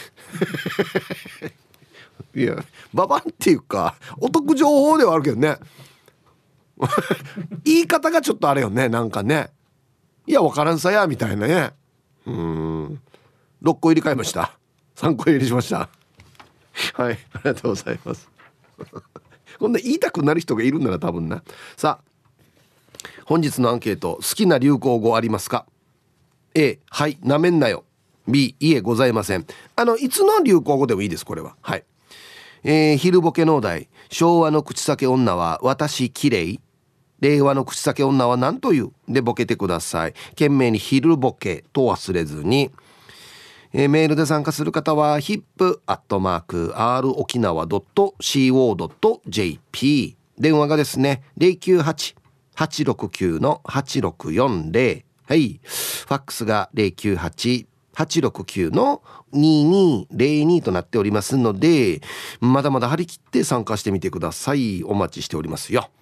[SPEAKER 1] ー、いやババンっていうかお得情報ではあるけどね言い方がちょっとあれよね、なんかね、いやわからんさやみたいなね。うーん、ろっこ入り買いました、さんこ入りしました。はい、ありがとうございますこんな言いたくなる人がいるんなら多分な。さあ本日のアンケート、好きな流行語ありますか？ A、 はい、なめんなよ。 B、 いえございません。あのいつの流行語でもいいです、これは。はい、えー、昼ボケ農大、昭和の口裂け女は私きれい、令和の口裂け女は何というでボケてください。懸命に昼ボケと忘れずに。えー、メールで参加する方は ヒップ アットマーク アール 沖縄 ドット シーオー ドット ジェーピー、 電話がですね ゼロきゅうはち はちろくきゅう はちろくよんゼロ、はい、ファックスが ゼロきゅうはち はちろくきゅう ににゼロにとなっておりますので、まだまだ張り切って参加してみてください。お待ちしておりますよ。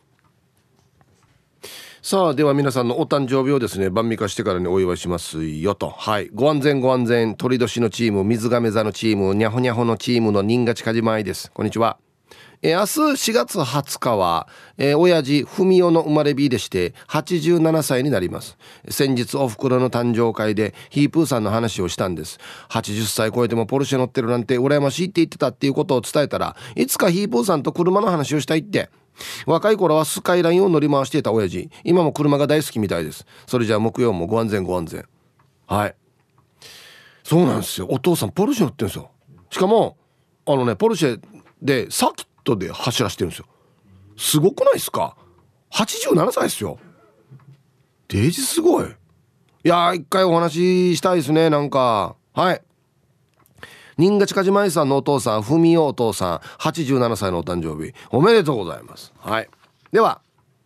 [SPEAKER 1] さあでは皆さんのお誕生日をですね晩御飯してからにお祝いしますよと。はい、ご安全ご安全。鳥年のチーム、水亀座のチーム、にゃほにゃほのチームの新勝梶舞です。こんにちは。えー、明日しがつはつかは、えー、親父文雄の生まれ日でしてはちじゅうななさいになります。先日おふくろの誕生会でヒープーさんの話をしたんです。はちじゅっさい超えてもポルシェ乗ってるなんて羨ましいって言ってたっていうことを伝えたら、いつかヒープーさんと車の話をしたいって。若い頃はスカイラインを乗り回していた親父、今も車が大好きみたいです。それじゃあ木曜もご安全ご安全。はい、そうなんですよ。お父さんポルシェ乗ってるんですよ。しかもあのねポルシェでサーキットで走らせてるんですよ。すごくないですか？はちじゅうななさいですよ。デージすごい。いやー一回お話ししたいですね。なんかはい、新勝梶舞さんのお父さん文雄お父さんはちじゅうななさいのお誕生日おめでとうございます。はい、では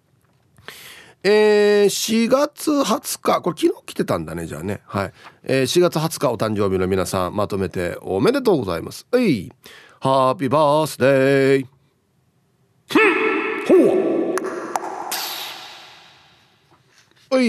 [SPEAKER 1] えー、しがつはつか、これ昨日来てたんだねじゃあね。はい、えー、しがつはつかお誕生日の皆さんまとめておめでとうございます。はい、ハッピーバースデー。ほう。はい、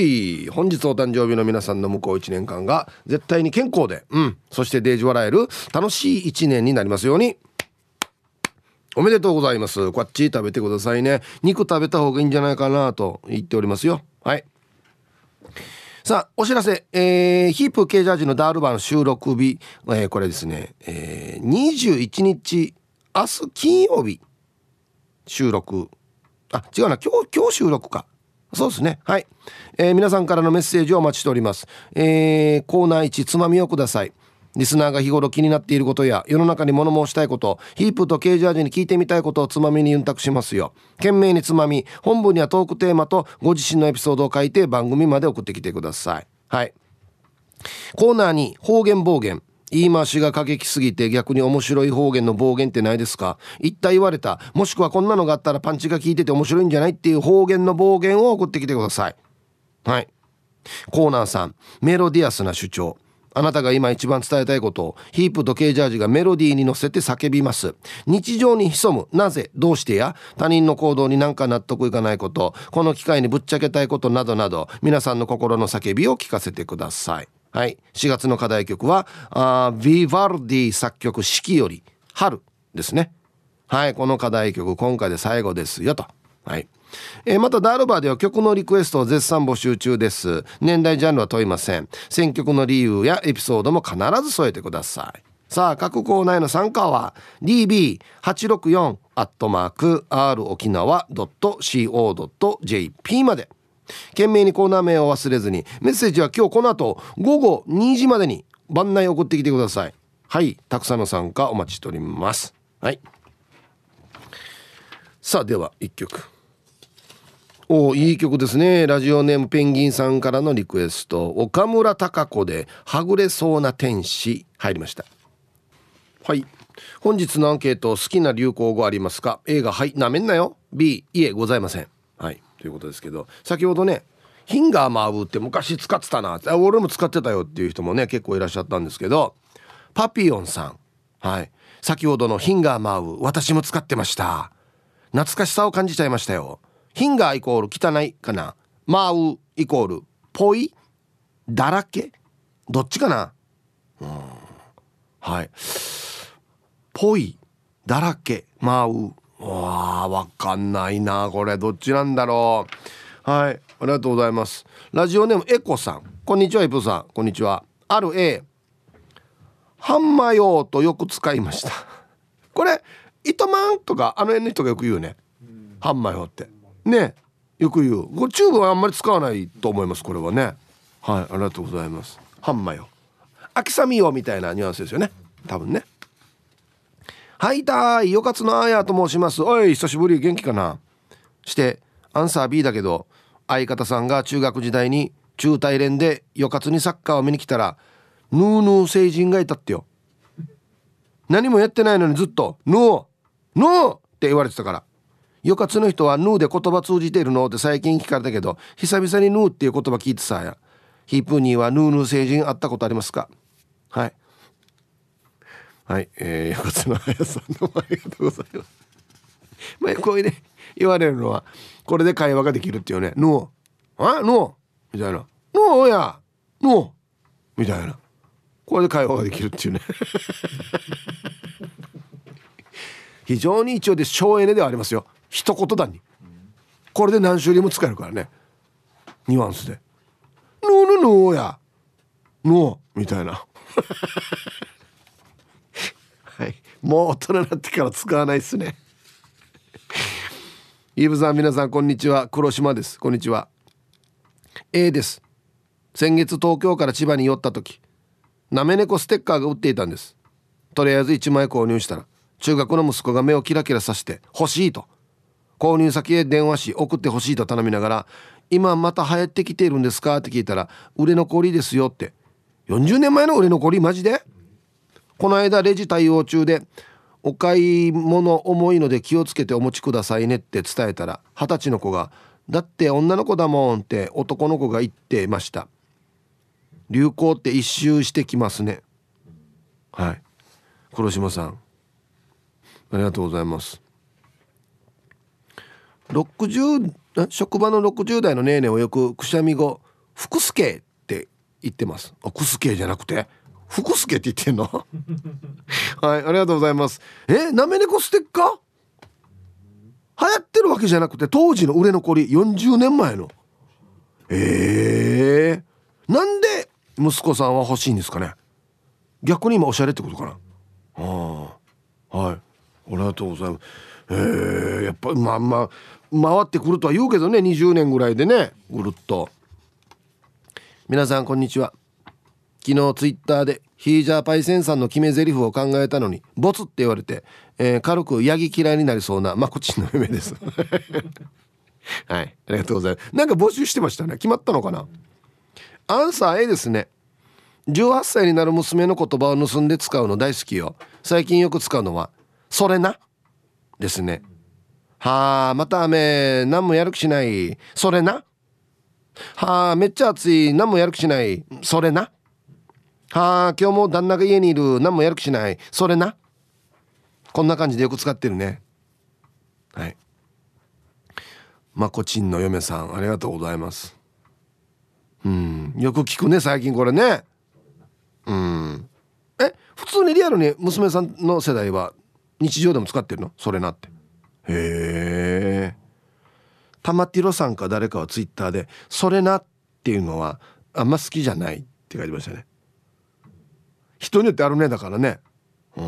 [SPEAKER 1] 本日お誕生日の皆さんの向こういちねんかんが絶対に健康で、うん、そしてデージ笑える楽しいいちねんになりますように。おめでとうございます。こっち食べてくださいね。肉食べた方がいいんじゃないかなと言っておりますよ。はい、さあお知らせ、えー、ヒープ系ジャージのダールバン収録日、えー、これですね、えー、にじゅういちにち明日金曜日収録、あ違うな、今日今日収録か。そうですね。はい、えー、皆さんからのメッセージをお待ちしております。えー、コーナーいちつまみをください。リスナーが日頃気になっていることや世の中に物申したいこと、ヒープとケージャージに聞いてみたいことをつまみにユンタクしますよ。懸命につまみ、本文にはトークテーマとご自身のエピソードを書いて番組まで送ってきてください。はい、コーナーに方言暴言、言い回しが過激すぎて逆に面白い方言の暴言ってないですか？一体言われた、もしくはこんなのがあったらパンチが効いてて面白いんじゃないっていう方言の暴言を送ってきてください。はい、コーナーさん、メロディアスな主張、あなたが今一番伝えたいことをヒープとケージャージがメロディーに乗せて叫びます。日常に潜むなぜどうしてや他人の行動になんか納得いかないこと、この機会にぶっちゃけたいことなどなど、皆さんの心の叫びを聞かせてください。はい、しがつの課題曲はあヴィヴァルディ作曲四季より春ですね。はい、この課題曲今回で最後ですよと。はい、えー、またダールバーでは曲のリクエストを絶賛募集中です。年代ジャンルは問いません。選曲の理由やエピソードも必ず添えてください。さあ各コーナーへの参加は ディービーはちろくよん アットマーク アール 沖縄 ドット シーオー ドット ジェーピー まで。懸命にコーナー名を忘れずに、メッセージは今日この後ごごにじまでに番内送ってきてください。はい、たくさんの参加お待ちしております。はい、さあではいっきょくおいい曲ですね。ラジオネームペンギンさんからのリクエスト、岡村孝子ではぐれそうな天使入りました。はい、本日のアンケート、好きな流行語ありますか？ A がはい、なめんなよ。 B、 いえございません。はい、ということですけど、先ほどねヒンガーマーブって昔使ってたな、俺も使ってたよっていう人もね結構いらっしゃったんですけど、パピヨンさん、はい、先ほどのヒンガーマーブ私も使ってました。懐かしさを感じちゃいましたよ。ヒンガーイコール汚いかな、マーウイコールぽい、だらけ、どっちかな。うん、はい、ぽい、だらけ、マーウ、わーわかんないなこれ、どっちなんだろう。はい、ありがとうございます。ラジオネームエコさん、こんにちは。イプさんこんにちは。ある A、 ハンマヨーとよく使いました。これ糸満とかあの辺の人がよく言うね、ハンマヨーってね、よく言う。これチューブはあんまり使わないと思います、これはね。はい、ありがとうございます。ハンマヨー、秋雨よみたいなニュアンスですよね、多分ね。はいたい、よかつのあやと申します。おい久しぶり、元気かな。してアンサー B だけど、相方さんが中学時代に中大連でよかつにサッカーを見に来たらヌーヌー星人がいたってよ。何もやってないのにずっとヌーヌーって言われてたから、よかつの人はヌーで言葉通じているのって最近聞かれたけど、久々にヌーっていう言葉聞いてさや。ヒープーにはヌーヌー星人会ったことありますか？はいはい、えー、よかつのあやさんどうもありがとうございます。まあこういうね言われるのはこれで会話ができるっていうね。ヌーあヌーみたいな、ヌーやヌーみたいな、これで会話ができるっていうね。非常に一応で省エネではありますよ、一言だに。これで何種類も使えるからね、ニュアンスでヌーヌーヌーやヌーみたいな。はい、もう大人になってから使わないっすね。イーブさん、皆さんこんにちは、黒島です。こんにちは。 A です。先月東京から千葉に寄った時、なめ猫ステッカーが売っていたんです。とりあえずいちまい購入したら、中学の息子が目をキラキラさして欲しいと、購入先へ電話し送って欲しいと頼みながら、今また流行ってきているんですかって聞いたら、売れ残りですよって。よんじゅうねんまえの売れ残り、マジで。この間レジ対応中で、お買い物重いので気をつけてお持ちくださいねって伝えたら、二十歳の子がだって女の子だもんって男の子が言ってました。流行って一周してきますね。はい、黒島さんありがとうございます。ろくじゅう職場のろくじゅう代のネーネをよくくしゃみ語福助って言ってます。あ、クスケじゃなくて福助って言ってんの。はい、ありがとうございます。え、なめ猫ステッカー流行ってるわけじゃなくて、当時の売れ残り、よんじゅうねんまえの。えー、なんで息子さんは欲しいんですかね。逆に今おしゃれってことかな。あ、はい、ありがとうございます。えー、やっぱまあまあ回ってくるとは言うけどね、にじゅうねんぐらいでね、ぐるっと。皆さんこんにちは。昨日ツイッターでヒージャーパイセンさんの決め台詞を考えたのにボツって言われて、えー、軽くヤギ嫌いになりそうなマコチンの夢です。はい、ありがとうございます。なんか募集してましたね。決まったのかな。アンサー A ですね。じゅうはっさいになる娘の言葉を盗んで使うの大好きよ。最近よく使うのはそれなですね。はあ、また雨、何もやる気しない、それな。はあ、めっちゃ暑い、何もやる気しない、それな。はあ、今日も旦那が家にいる、何もやる気しない、それな。こんな感じでよく使ってるね。はい、まこちんの嫁さんありがとうございます。うん、よく聞くね最近これね。うん、え、普通にリアルに娘さんの世代は日常でも使ってるのそれなって。へえ。玉ティロさんか誰かはツイッターでそれなっていうのはあんま好きじゃないって書いてましたね。人によってあるね、だからね。うん、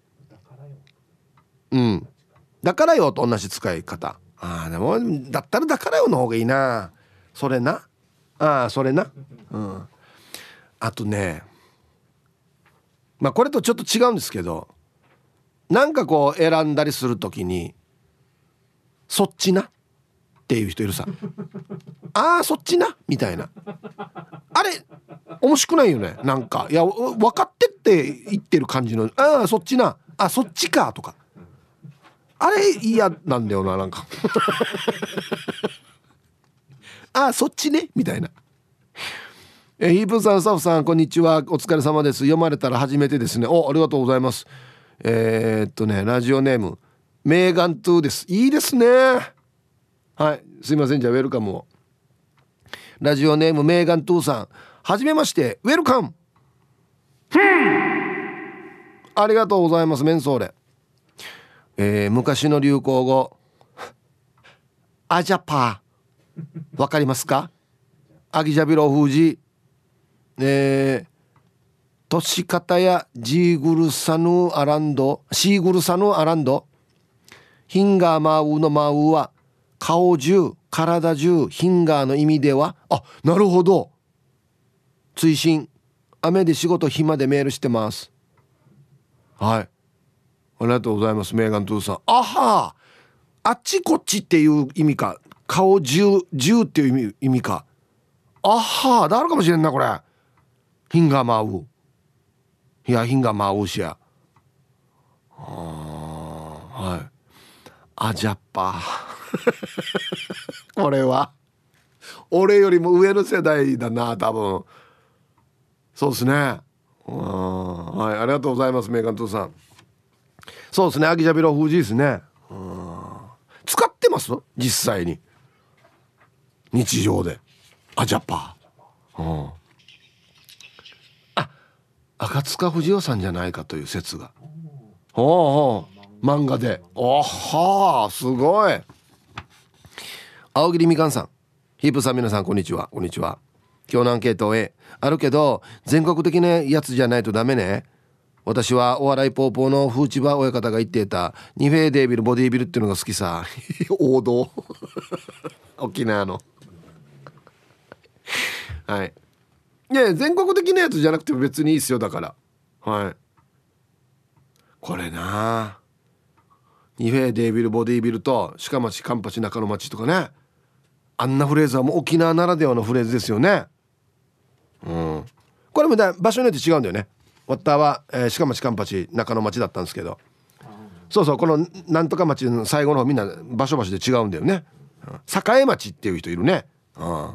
[SPEAKER 1] うん、だからよと同じ使い方。ああ、でもだったらだからよの方がいいな。それな、ああそれな。うん、あとね、まあこれとちょっと違うんですけど、なんかこう選んだりするときにそっちなっていう人いるさ。あーそっちなみたいな。あれ面白くないよね。なんかいや分かってって言ってる感じの、あーそっちな、あそっちかとか、あれ嫌なんだよな、なんかあーそっちねみたいな。えヒープさん、スタッフさんこんにちは、お疲れ様です。読まれたら初めてですね。おありがとうございます。えー、っとねラジオネームメーガントゥーです。いいですね。はい、すいません。じゃあウェルカムを。ラジオネームメーガントゥーさん、はじめまして、ウェルカム。ありがとうございます。メンソーレ。えー、昔の流行語アジャパーわかりますか？アギジャビロフージ、えー、トシカタやジーグルサヌアランド、シーグルサヌアランド、ヒンガーマウのマウは顔中、体中、ヒンガーの意味では、あ、なるほど。追伸、雨で仕事暇でメールしてます。はい、ありがとうございます。メーガントゥーさん。あはー、あっちこっちっていう意味か、顔中、中っていう意味、意味か。あはー、だるかもしれんなこれ。ヒンガーマウ、いやヒンガーマウシや。あ、はい、アジャッパーこれは俺よりも上の世代だな多分。そうですね。あ、はい、ありがとうございます。メーガントゥーさん。そうですね、アギジャビロフージですね。使ってます実際に日常でアジャッパー。うん、あ、赤塚不二夫さんじゃないかという説が。おうおう、漫画で。おはー、すごい。青桐みかんさん、ヒープさん、皆さんこんにちは。こんにちは。今日のアンケート A あるけど全国的なやつじゃないとダメね。私はお笑いポーポーのフーチバ親方が言っていたニフェーデービルボディービルっていうのが好きさ王道沖縄のはい、いや全国的なやつじゃなくても別にいいですよ。だからはい、これな、ニフェーデービルボディービルと鹿町カンパチ中の町とかね、あんなフレーズはもう沖縄ならではのフレーズですよね。うん、これもだ場所によって違うんだよね。ワッターは、えー、鹿町カンパチ中の町だったんですけど、そうそう、このなんとか町の最後の方みんな場所場所で違うんだよね。栄町っていう人いるね。うん、はい。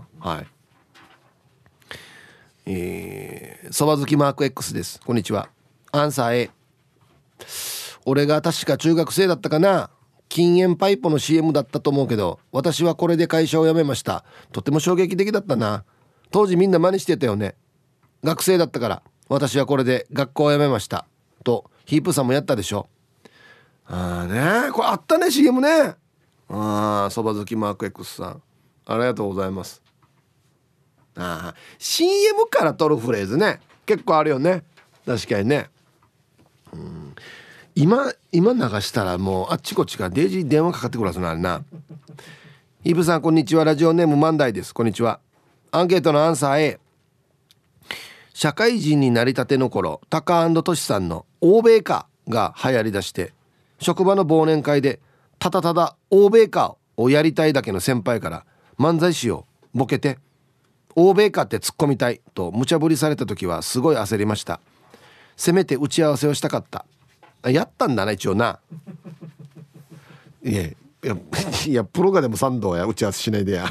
[SPEAKER 1] えー、そば好きマーク X です。こんにちは。アンサー A、 俺が確か中学生だったかな、禁煙パイプの シーエム だったと思うけど、私はこれで会社を辞めました。とても衝撃的だったな。当時みんな真似してたよね。学生だったから私はこれで学校を辞めましたとヒープさんもやったでしょ。あーね、これあったね シーエム ね。あー、そば好きマーク X さんありがとうございます。あー シーエム から取るフレーズね、結構あるよね。確かにね。うん、今今流したらもうあっちこっちからデイジー電話かかってくるはずなるな。ヒープさんこんにちは。ラジオネームマンダイです。こんにちは。アンケートのアンサー A、社会人になりたての頃、タカ&トシさんの欧米化が流行りだして、職場の忘年会でただただ欧米化をやりたいだけの先輩から漫才師をボケて欧米化って突っ込みたいと無茶ぶりされた時はすごい焦りました。せめて打ち合わせをしたかった。やったんだな一応な。いやいやいやプロがでも賛同や、打ち合わせしないでや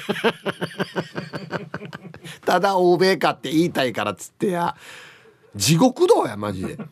[SPEAKER 1] ただ欧米かって言いたいからっつってや、地獄道やマジで。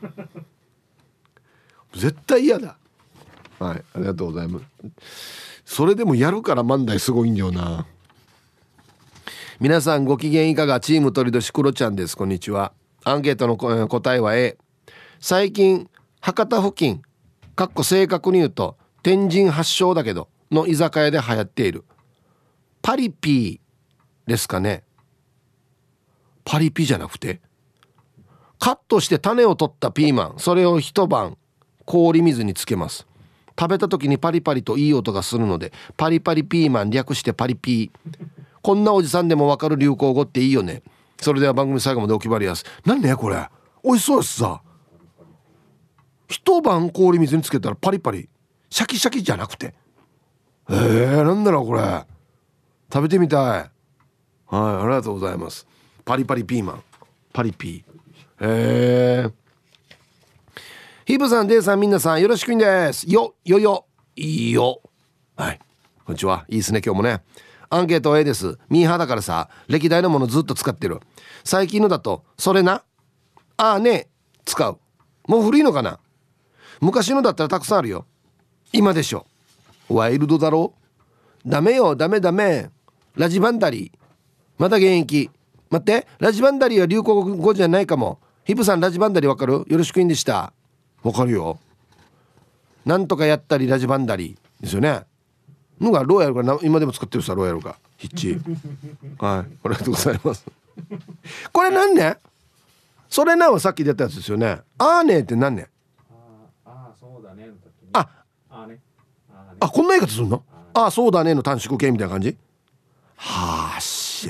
[SPEAKER 1] 絶対嫌だ。はい、ありがとうございます。それでもやるから万代すごいんだよな。皆さんご機嫌いかが。チーム鳥年クロちゃんです。こんにちは。アンケートの答えは A、 最近博多付近かっこ正確に言うと天神発祥だけどの居酒屋で流行っているパリピーですかね。パリピじゃなくてカットして種を取ったピーマン、それを一晩氷水につけます。食べた時にパリパリといい音がするのでパリパリピーマン、略してパリピー。こんなおじさんでもわかる流行語っていいよね。それでは番組最後までお決まりやす。なんねこれ美味しそうですさ。一晩氷水につけたらパリパリシャキシャキじゃなくてえー、なんだろうこれ、食べてみたい。はい、ありがとうございます。パリパリピーマン、パリピー。へえ。ヒープさん、デイさん、みんなさん、よろしくんです。よよよいいよ。はい、こんにちは。いいですね今日もね。アンケート A です。ミーハーだからさ、歴代のものずっと使ってる。最近のだとそれな、ああね使う。もう古いのかな。昔のだったらたくさんあるよ。今でしょ。ワイルドだろ。ダメよ、ダメダメ。ラジバンダリーまだ現役。待って、ラジバンダリーは流行語じゃないかも。ヒブさん、ラジバンダリーわかる？よろしくいんでした。わかるよ。なんとかやったりラジバンダリーですよね。のがローヤルが今でも使ってるさ、ローヤルがヒッチはい、ありがとうございますこれ何ね、それなはさっき出たやつですよね。あーねって何ね。
[SPEAKER 3] ああそうだねの時に、
[SPEAKER 1] あ
[SPEAKER 3] あねあね、
[SPEAKER 1] あ、こんな言い方するの。ああそうだねの短縮形みたいな感じ。はあし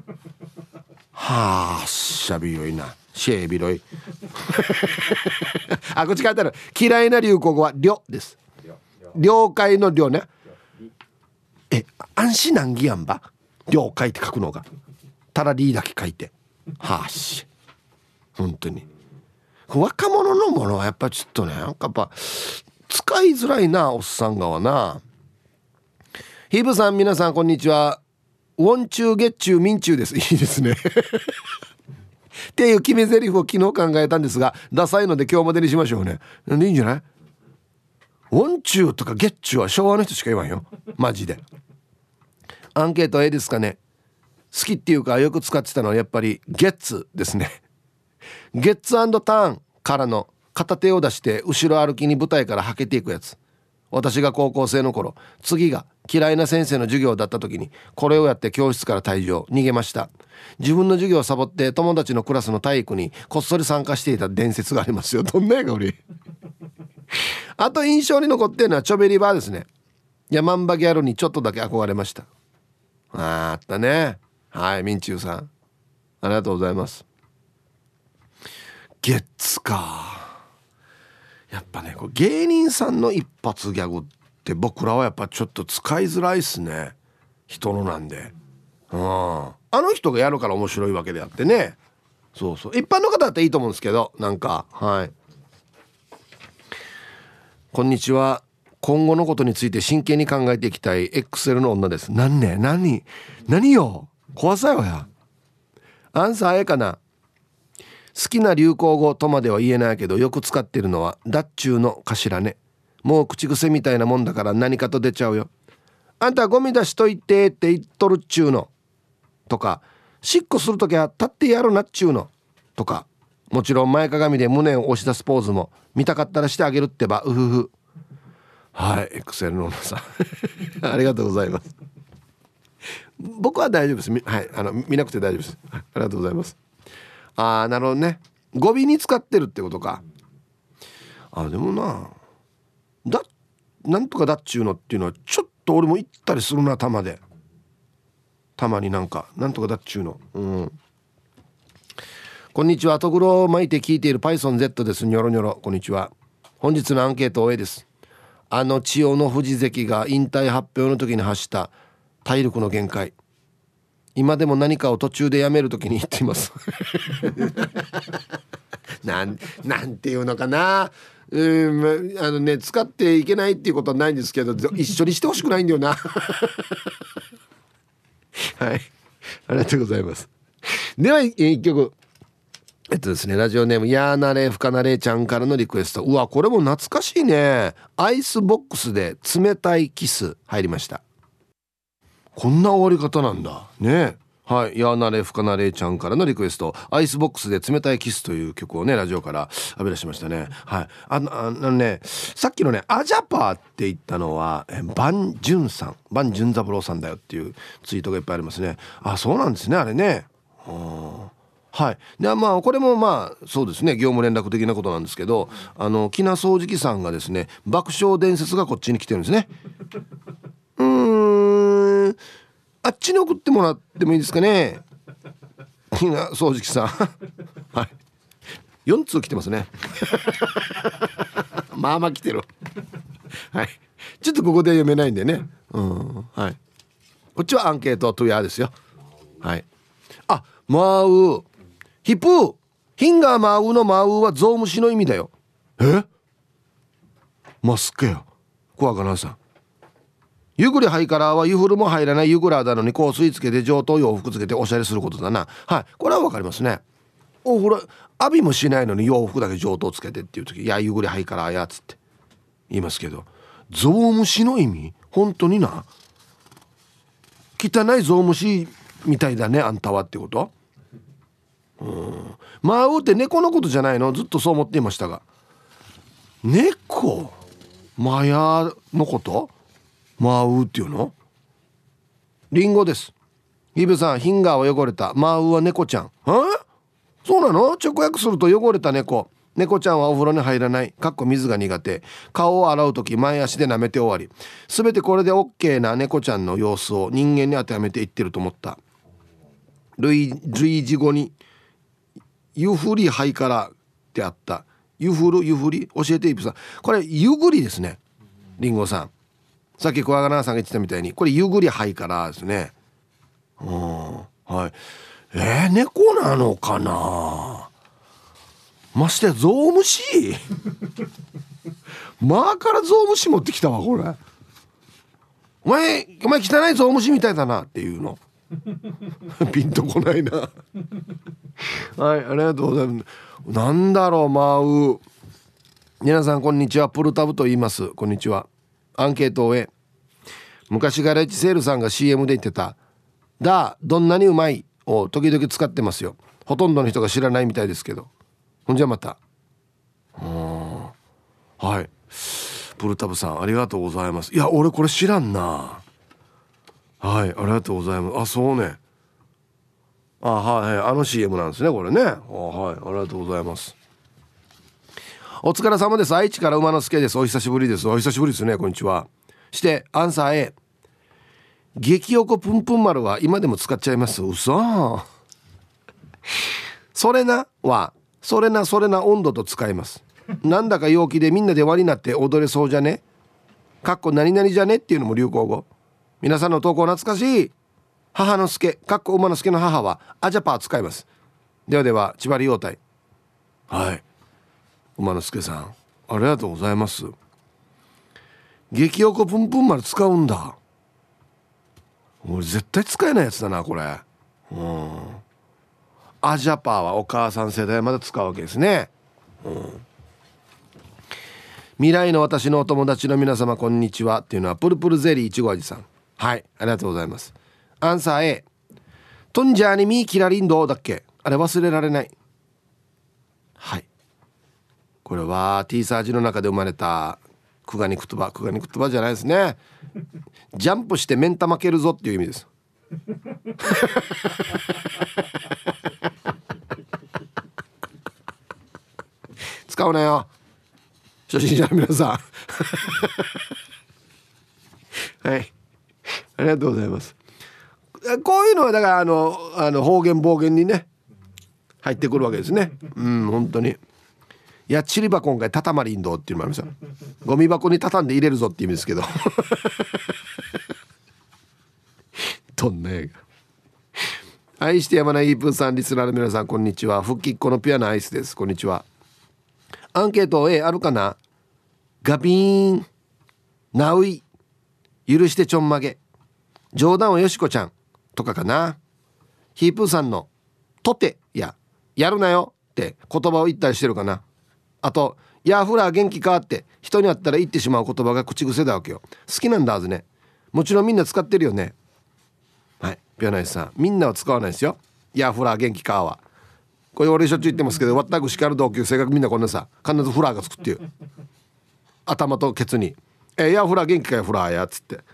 [SPEAKER 1] はあしゃびよいな、シェービロイあ、こっち書いてある。嫌いな流行語はりょです。了解の了ね。え、安心難儀やんば。了解って書くのがただリーだけ書いて、はあし、本当に若者のものはやっぱちょっとね、なんかやっぱ使いづらいな、おっさんがはな。ヒブさん、皆さんこんにちは。ウォンチューゲッチューミンチューです。いいですねっていう決め台詞を昨日考えたんですが、ダサいので今日までにしましょうね。なんでいいんじゃない。ウォンチューとかゲッチューは昭和の人しか言わんよ、マジで。アンケート A ですかね。好きっていうかよく使ってたのはやっぱりゲッツですね。ゲッツ&ターンからの片手を出して後ろ歩きに舞台からはけていくやつ。私が高校生の頃、次が嫌いな先生の授業だった時にこれをやって教室から退場、逃げました。自分の授業をサボって友達のクラスの体育にこっそり参加していた伝説がありますよ。どんなやか俺あと印象に残ってるのはチョベリバーですね。ヤマンバギャルにちょっとだけ憧れました。あー、あったね。はい、ミンチューさんありがとうございます。ゲッツか、やっぱね、これ芸人さんの一発ギャグって僕らはやっぱちょっと使いづらいっすね、人のなんで。うん、あの人がやるから面白いわけであってね。そうそう、一般の方だっていいと思うんですけど、なんか。はい、こんにちは。今後のことについて真剣に考えていきたい エックスエル の女です。何ね、何何よ、怖さよや。アンサー A かな。好きな流行語とまでは言えないけどよく使ってるのはダッチューの頭ね。もう口癖みたいなもんだから何かと出ちゃうよ。あんたゴミ出しといてって言っとるっちゅうのとか、しっこするときは立ってやるなっちゅうのとか、もちろん前かがみで胸を押し出すポーズも見たかったらしてあげるってば、うふふ。はい、エクセルの女さんありがとうございます。僕は大丈夫です。はい、あの見なくて大丈夫です。ありがとうございます。あー、なるほどね。語尾に使ってるってことか。あ、でもな、だなんとかだっちゅうのっていうのはちょっと俺も言ったりするな、たまでたまになんかなんとかだっちゅうの。うん。こんにちは。とぐろを巻いて聞いている PythonZ です。ニョロニョロ、こんにちは。本日のアンケート A です。あの千代の富士関が引退発表の時に発した体力の限界、今でも何かを途中でやめる時に言っていますなん、なんていうのかな、うん、あのね、使っていけないっていうことはないんですけど、一緒にしてほしくないんだよなはい、ありがとうございます。では一曲、えっとですね、ラジオネームやーなれふかなれちゃんからのリクエスト。うわ、これも懐かしいね。アイスボックスで冷たいキス入りました。こんな終わり方なんだね。はい、やーなれふかなれちゃんからのリクエスト、アイスボックスで冷たいキスという曲をね、ラジオから浴び出しましたね。はい、あの、あのね、さっきのね、アジャパーって言ったのはバンジュンさん、バンジュンザブローさんだよっていうツイートがいっぱいありますね。あ、そうなんですね、あれね。はあ、はい、でまあこれもまあそうですね、業務連絡的なことなんですけど、あの木名掃除機さんがですね、爆笑伝説がこっちに来てるんですね。うーん、あっちに送ってもらってもいいですかね、木名掃除機さんはい、よん通来てますねまあまあ来てるはい、ちょっとここで読めないんでね、 うん、はい。こっちはアンケートトゥヤですよ。はい。あ、マウヒプーヒンガーマウのマウはゾウムシの意味だよ。えマスケや怖がなさん。ユグリハイカラーはユフルも入らないユグラーだのに香水つけて上等洋服つけておしゃれすることだな。はい、これはわかりますね。お風呂浴びもしないのに洋服だけ上等つけてっていう時、いやユグリハイカラーやつって言いますけど、ゾウムシの意味本当にな、汚いゾウムシみたいだねあんたはってこと。うん、マウって猫のことじゃないの、ずっとそう思っていましたが、猫マヤのことマウっていうの。リンゴです。ヒブさん、ヒンガーは汚れた、マウは猫ちゃん。えそうなの。直訳すると汚れた猫。猫ちゃんはお風呂に入らない、かっこ水が苦手、顔を洗うとき前足で舐めて終わり。すべてこれで OK な猫ちゃんの様子を人間に当てはめて言ってると思った。類類似語にユフリハイカラってあった。ユフルユフリ教えてイブさん、これユグリですね。リンゴさん、さっき小川奈さんが言ってたみたいにこれユグリハイカラですね。うん、はい。えー、猫なのかな。ましてやゾウムシまあからゾウムシ持ってきたわこれ。お前お前汚いゾウムシみたいだなっていうのピンとこないなはい、ありがとうございます。なんだろう、マウ。皆さんこんにちは、プルタブと言います。こんにちは。アンケートを終え、昔ガレージセールさんが シーエム で言ってただどんなにうまいを時々使ってますよ。ほとんどの人が知らないみたいですけど。ほんじゃまた。はい、プルタブさんありがとうございます。いや俺これ知らんな。はい、ありがとうございます。あ、そうね。あ、はい、あの シーエム なんですねこれね。あ、はい、ありがとうございます。お疲れ様です。愛知から馬之助です。お久しぶりです。お久しぶりですね。こんにちは。してアンサー A、 激おこぷんぷん丸は今でも使っちゃいます。嘘それなはそれなそれな温度と使います。なんだか陽気でみんなで輪になって踊れそうじゃね、かっこ何々じゃねっていうのも流行語。皆さんの投稿懐かしい。母之助かっこ馬之助の母はアジャパー使います。ではでは千葉利用隊。はい、馬之助さんありがとうございます。激おこぷんぷん丸使うんだ。俺絶対使えないやつだなこれ。うん、アジャパーはお母さん世代まで使うわけですね。うん、未来の私のお友達の皆様こんにちはっていうのはプルプルゼリーいちご味さん。はい、ありがとうございます。アンサー A、 トンジャーにミーキラリンドだっけ、あれ忘れられない。はい、これは T サージの中で生まれたクガニクトバ、クガニクトバじゃないですね。ジャンプしてメンタ負けるぞっていう意味です使うなよ初心者の皆さんはい、ありがとうございます。こういうのはだからあのあの方言暴言にね入ってくるわけですね。うん、本当に。やっちり箱今回たたまりんどうっていうのもありますよ。ゴミ箱に畳んで入れるぞっていう意味ですけどどんな映画。愛してやまないイープンさん、リスナーの皆さんこんにちは。復帰っ子のピュアなアイスです。こんにちは。アンケート A あるかな。ガビーン、ナウイ、許してちょんまげ、冗談はよしこちゃんとかかな。ヒープーさんのとてややるなよって言葉を言ったりしてるかな。あとヤーフラー元気かって人に会ったら言ってしまう言葉が口癖だわけよ。好きなんだはずね。もちろんみんな使ってるよね。はい、ピアナイスさんみんなは使わないですよ。ヤーフラー元気かはこれ俺しょっちゅう言ってますけど、全く叱る同級生がみんなこんなさ必ずフラーがつくっていう頭とケツにえヤーフラー元気かよフラーやっつって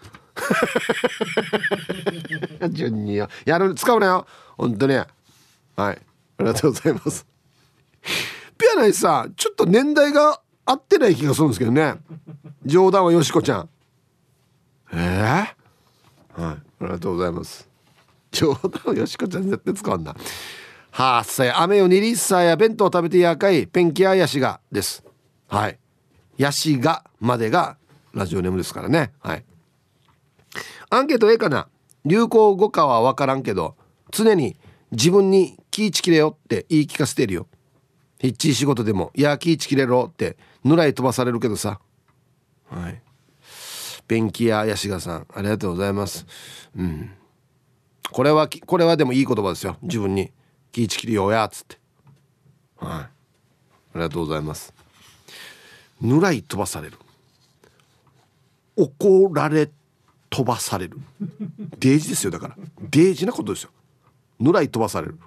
[SPEAKER 1] 順にやる使うなよ本当に。はい、ありがとうございます。ピアナイスさんちょっと年代が合ってない気がするんですけどね。冗談はよしこちゃん。えー、はい、ありがとうございます。冗談はよしこちゃん絶対使うんだ。はっさい雨よにリッサーや弁当食べてやかいペンキやヤシガです。はい、ヤシガまでがラジオネームですからね。はい、 アンケート A かな。流行語かは分からんけど常に自分に気ぃちきれよって言い聞かせてるよ。ヒッチー仕事でもいや気ぃちきれろってぬらい飛ばされるけどさ。はい。ペンキ屋ヤシガさんありがとうございます。うん。これはこれはでもいい言葉ですよ。自分に気ぃちきれよやっつって。はい。ありがとうございます。ぬらい飛ばされる。怒られ飛ばされる。デージですよ。だからデージなことですよ。ぬらい飛ばされる。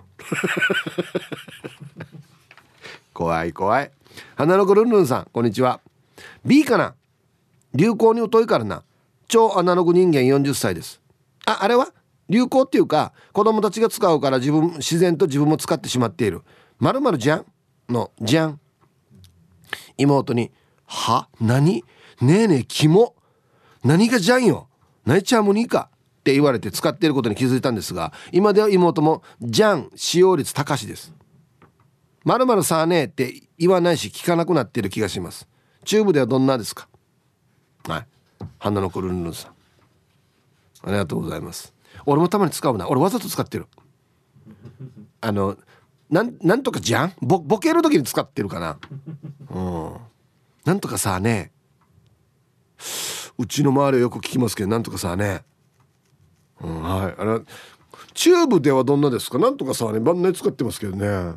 [SPEAKER 1] 怖い怖い。花の子ルンルンさんこんにちは。 B かな。流行に疎いからな。超アナログ人間よんじゅっさいです。あ、あれは流行っていうか子供たちが使うから自分自然と自分も使ってしまっている〇〇じゃんのじゃん。妹には何ねえねえキモ何がじゃんよ泣いちゃうもにいかって言われて使っていることに気づいたんですが、今では妹もじゃん使用率高しです。〇〇さあねえって言わないし聞かなくなっている気がします。チューブではどんなですか。はい。花の子ルンルンさんありがとうございます。俺もたまに使うな。俺わざと使ってる。あのなんなんとかじゃん ボ, ボケる時に使ってるかな。うんなんとかさあねうちの周りはよく聞きますけどなんとかさあね、うん、はい。あれチューブではどんなですか。なんとかさあね晩年使ってますけどね。はい。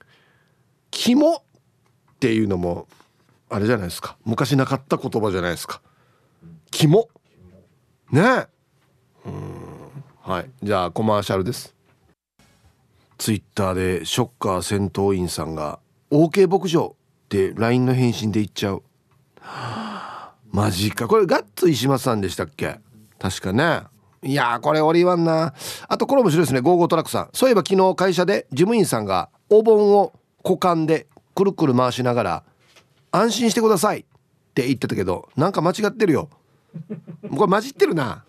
[SPEAKER 1] キモっていうのもあれじゃないですか。昔なかった言葉じゃないですか。キモねえ。うんはい。じゃあコマーシャルです。ツイッターでショッカー戦闘員さんが OK 牧場って ライン の返信で言っちゃう。マジか。これガッツ石松さんでしたっけ。確かね。いやーこれ俺言わんな。あとこれ面白いですね。ゴーゴートラックさんそういえば昨日会社で事務員さんがお盆を股間でくるくる回しながら安心してくださいって言ってたけどなんか間違ってるよ。これ混じってるな。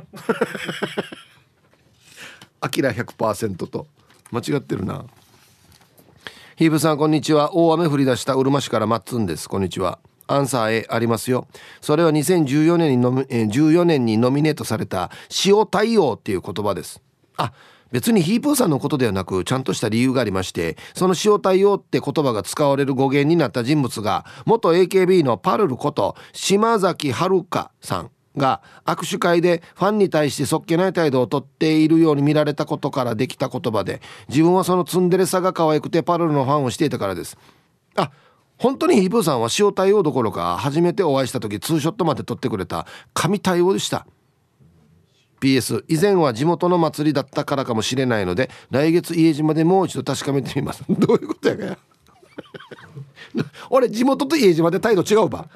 [SPEAKER 1] アキラ ひゃくパーセント と間違ってるな。ヒーブさんこんにちは。大雨降り出したうるま市からマッツンです。こんにちは。アンサー A ありますよ。それはにせんじゅうよねんにノミ、えー、じゅうよねんにノミネートされた塩対応っていう言葉です。あ、別にヒープーさんのことではなくちゃんとした理由がありまして、その塩対応って言葉が使われる語源になった人物が元 エーケービー のパルルこと島崎遥さんが握手会でファンに対してそっけない態度をとっているように見られたことからできた言葉で、自分はそのツンデレさが可愛くてパルルのファンをしていたからです。あ、本当にヒープーさんは塩対応どころか初めてお会いした時ツーショットまで撮ってくれた神対応でした。 ピーエス 以前は地元の祭りだったからかもしれないので来月家島でもう一度確かめてみます。どういうことやかや。俺地元と家島で態度違うば。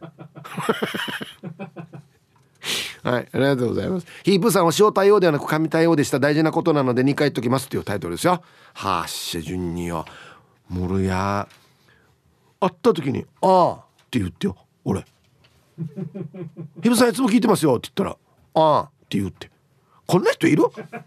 [SPEAKER 1] はい、ありがとうございます。ヒープーさんは塩対応ではなく神対応でした。大事なことなのでにかい言っときますというタイトルですよ。はっしゃ順によもるや会った時にああって言ってよ。俺ヒープーさんいつも聞いてますよって言ったらああって言って、こんな人いる？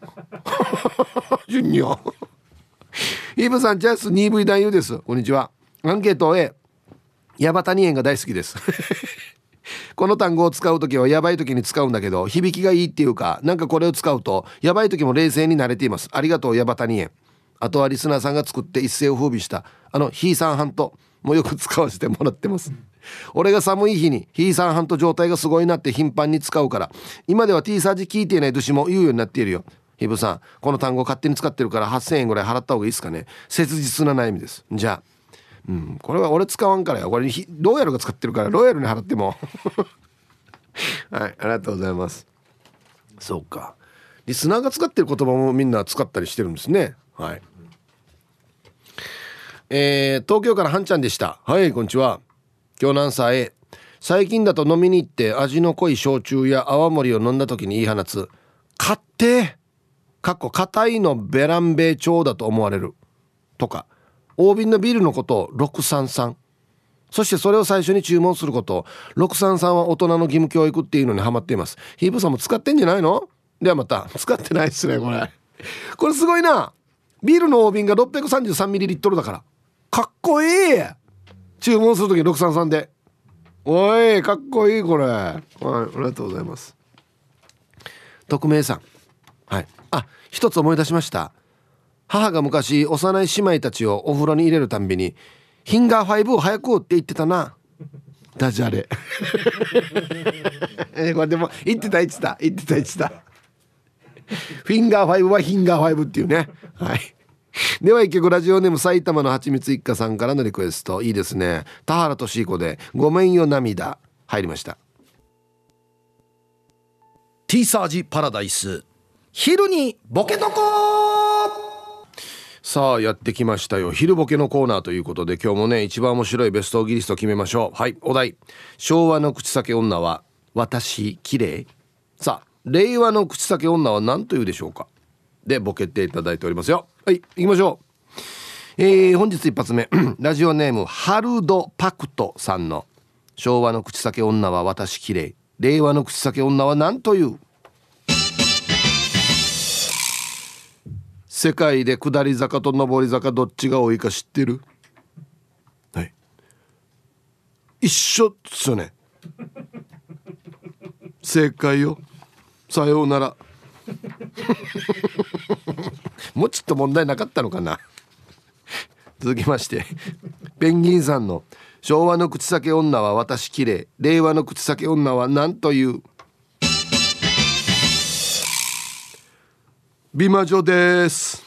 [SPEAKER 1] 順によ。ヒープーさんチャンス にブイ 男優です。こんにちは。アンケート A ヤバタニエンが大好きです。この単語を使うときはやばいときに使うんだけど響きがいいっていうか、なんかこれを使うとやばいときも冷静になれています。ありがとうヤバタニエン。あとはリスナーさんが作って一世を風靡したあのヒーサンハントもよく使わせてもらってます。俺が寒い日にヒーサンハント状態がすごいなって頻繁に使うから、今では T サージ聞いていない年も言うようになっているよ。ヒブさんこの単語勝手に使ってるからはっせんえんぐらい払った方がいいですかね。切実な悩みです。じゃあ、うん、これは俺使わんからよ。これロイヤルが使ってるからロイヤルに払っても。はい、ありがとうございます。そうか、リスナーが使ってる言葉もみんな使ったりしてるんですね。はい。えー、東京からはんちゃんでした。はい、こんにちは。今日のアンサー A。 最近だと飲みに行って味の濃い焼酎や泡盛を飲んだ時に言い放つ買ってかっこ硬いのベランベイ調だと思われるとか、大瓶のビールのことをろくさんさん、そしてそれを最初に注文することをろくさんさんは大人の義務教育っていうのにハマっています。ヒープさんも使ってんじゃないの？ではまた。使ってないですねこれ。これすごいな。ビールの大瓶が ろっぴゃくさんじゅうさんミリリットル だからかっこいい。注文するときろくさんさんで、おいかっこいいこれ。はい、ありがとうございます。 匿名さん。はい。あ、一つ思い出しました。母が昔幼い姉妹たちをお風呂に入れるたんびにフィンガーファイブを早くって言ってたな。ダジャレえこれでも言ってた言ってた言ってた言ってたフィンガーファイブはフィンガーファイブっていうね。はい。では一曲、ラジオネーム埼玉のはちみつ一家さんからのリクエスト。いいですね。田原俊彦でごめんよ涙入りました。
[SPEAKER 4] ティーサージパラダイス、昼にボケとこ。
[SPEAKER 1] さあやってきましたよ、昼ボケのコーナーということで、今日もね一番面白いベストギリスト決めましょう。はい、お題、昭和の口先女は私綺麗。さあ令和の口先女は何というでしょうか。でボケていただいておりますよ。はい、行きましょう。えー、本日一発目ラジオネームハルドパクトさんの昭和の口先女は私綺麗、令和の口先女は何という。世界で下り坂と上り坂どっちが多いか知ってる？はい、一緒っすよね。正解よ。さようならもうちょっと問題なかったのかな。続きましてペンギンさんの昭和の口先女は私綺麗、令和の口先女は何という。美魔女です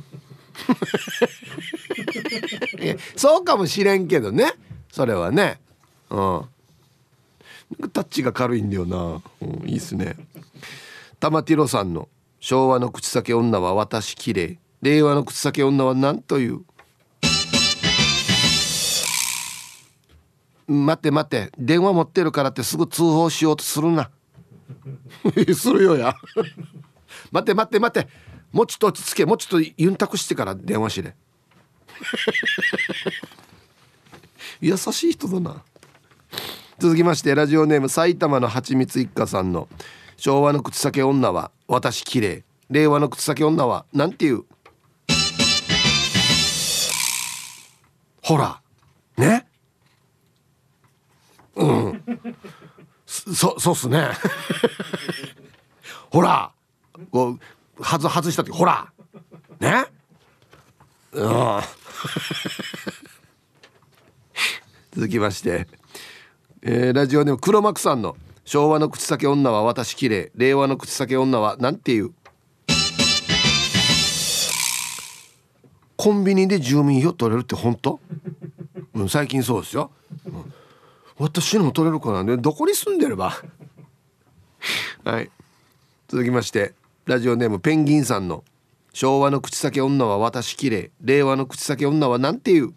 [SPEAKER 1] そうかもしれんけどね、それはね。うん、タッチが軽いんだよな、うん、いいっすね。玉ティロさんの昭和の口先女は私綺麗、令和の口先女は何という。待って待って、電話持ってるからってすぐ通報しようとするなするよや待って待って待って、もうちょっと落ち着け、もうちょっとユンタクしてから電話しれ優しい人だな。続きましてラジオネーム埼玉のはちみつ一家さんの昭和の口先女は私綺麗、令和の口先女はなんていう。ほらね、うんそそうっすねほらこう外外した時ほらね、うん続きまして、えー、ラジオネーム黒幕さんの昭和の口先女は私綺麗、令和の口先女はなんていう。コンビニで住民票取れるって本当？うん、最近そうですよ、うん、私のも取れるかな、ね、どこに住んでればはい。続きましてラジオネームペンギンさんの昭和の口先女は私綺麗、令和の口先女はなんていう。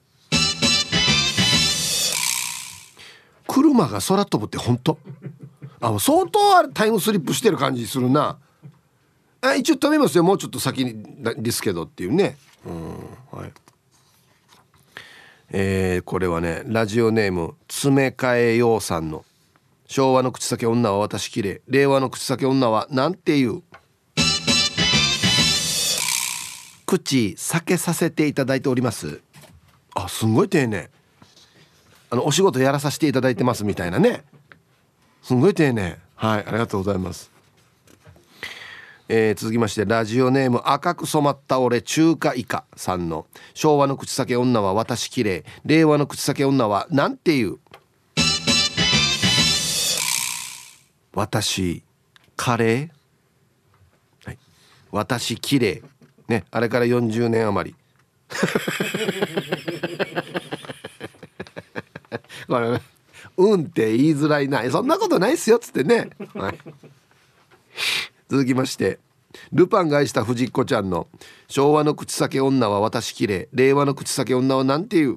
[SPEAKER 1] 車が空飛ぶって本当？あ、相当あれタイムスリップしてる感じするな。あ、一応止めますよ、もうちょっと先にですけどっていうね。うん、はい。えー、これはねラジオネーム詰め替えようさんの昭和の口先女は私綺麗、令和の口先女はなんていう。口避けさせていただいております。あ、すんごい丁寧。あのお仕事やらさせていただいてますみたいなね、すんごい丁寧。はい、ありがとうございます。えー、続きましてラジオネーム赤く染まった俺中華イカさんの昭和の口先女は私綺麗、令和の口先女はなんていう。私カレー、はい、私綺麗ね、あれからよんじゅうねん余りこれうんって言いづらいな、そんなことないっすよっつってね、はい、続きましてルパンが愛した藤子ちゃんの昭和の口先女は私綺麗、令和の口先女はなんていう。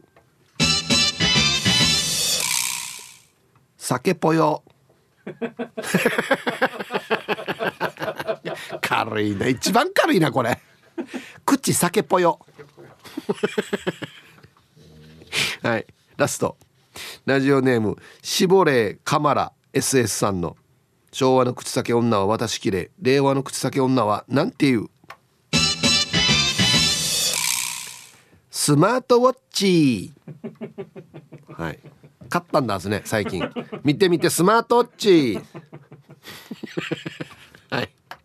[SPEAKER 1] 酒ぽよ軽いな、一番軽いなこれ口酒ぽよはい、ラストラジオネームしぼれカマラ エスエス さんの昭和の口先女は私綺麗、令和の口先女はなんていう。スマートウォッチはい、買ったんですね最近。見てみてスマートウォッチはい、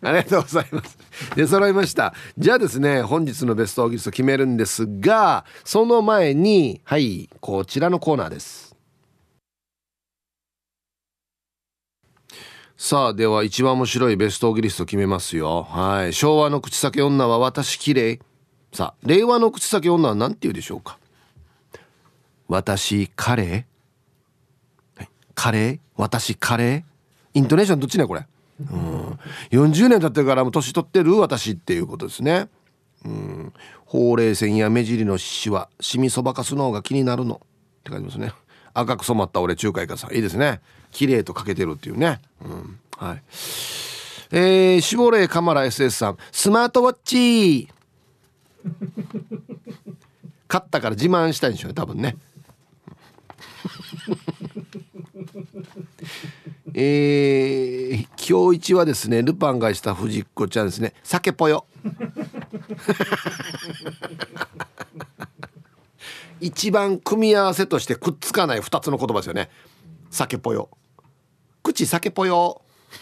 [SPEAKER 1] ありがとうございます。で揃いました。じゃあですね、本日のベストオーギリスト決めるんですが、その前にはいこちらのコーナーです。さあでは一番面白いベストオーギリスト決めますよ。はい、昭和の口裂け女は私綺麗。さあ令和の口裂け女は何て言うでしょうか。私カレー、はい、カレー、私カレー、イントネーションどっちねこれ。うん、よんじゅうねん経ってからも年取ってる私っていうことですね。うん、ほうれい線や目尻のシワ、シミそばかすの方が気になるのって感じますね。赤く染まった俺中華イカさんいいですね。綺麗とかけてるっていうね、うん、はい。えー、シボレーカマラ エスエス さん、スマートウォッチ買ったから自慢したいんでしょうね多分ね。えー、今日一はですねルパンがした藤子ちゃんですね。酒ぽよ一番組み合わせとしてくっつかないふたつの言葉ですよね。酒ぽよ、口酒ぽよ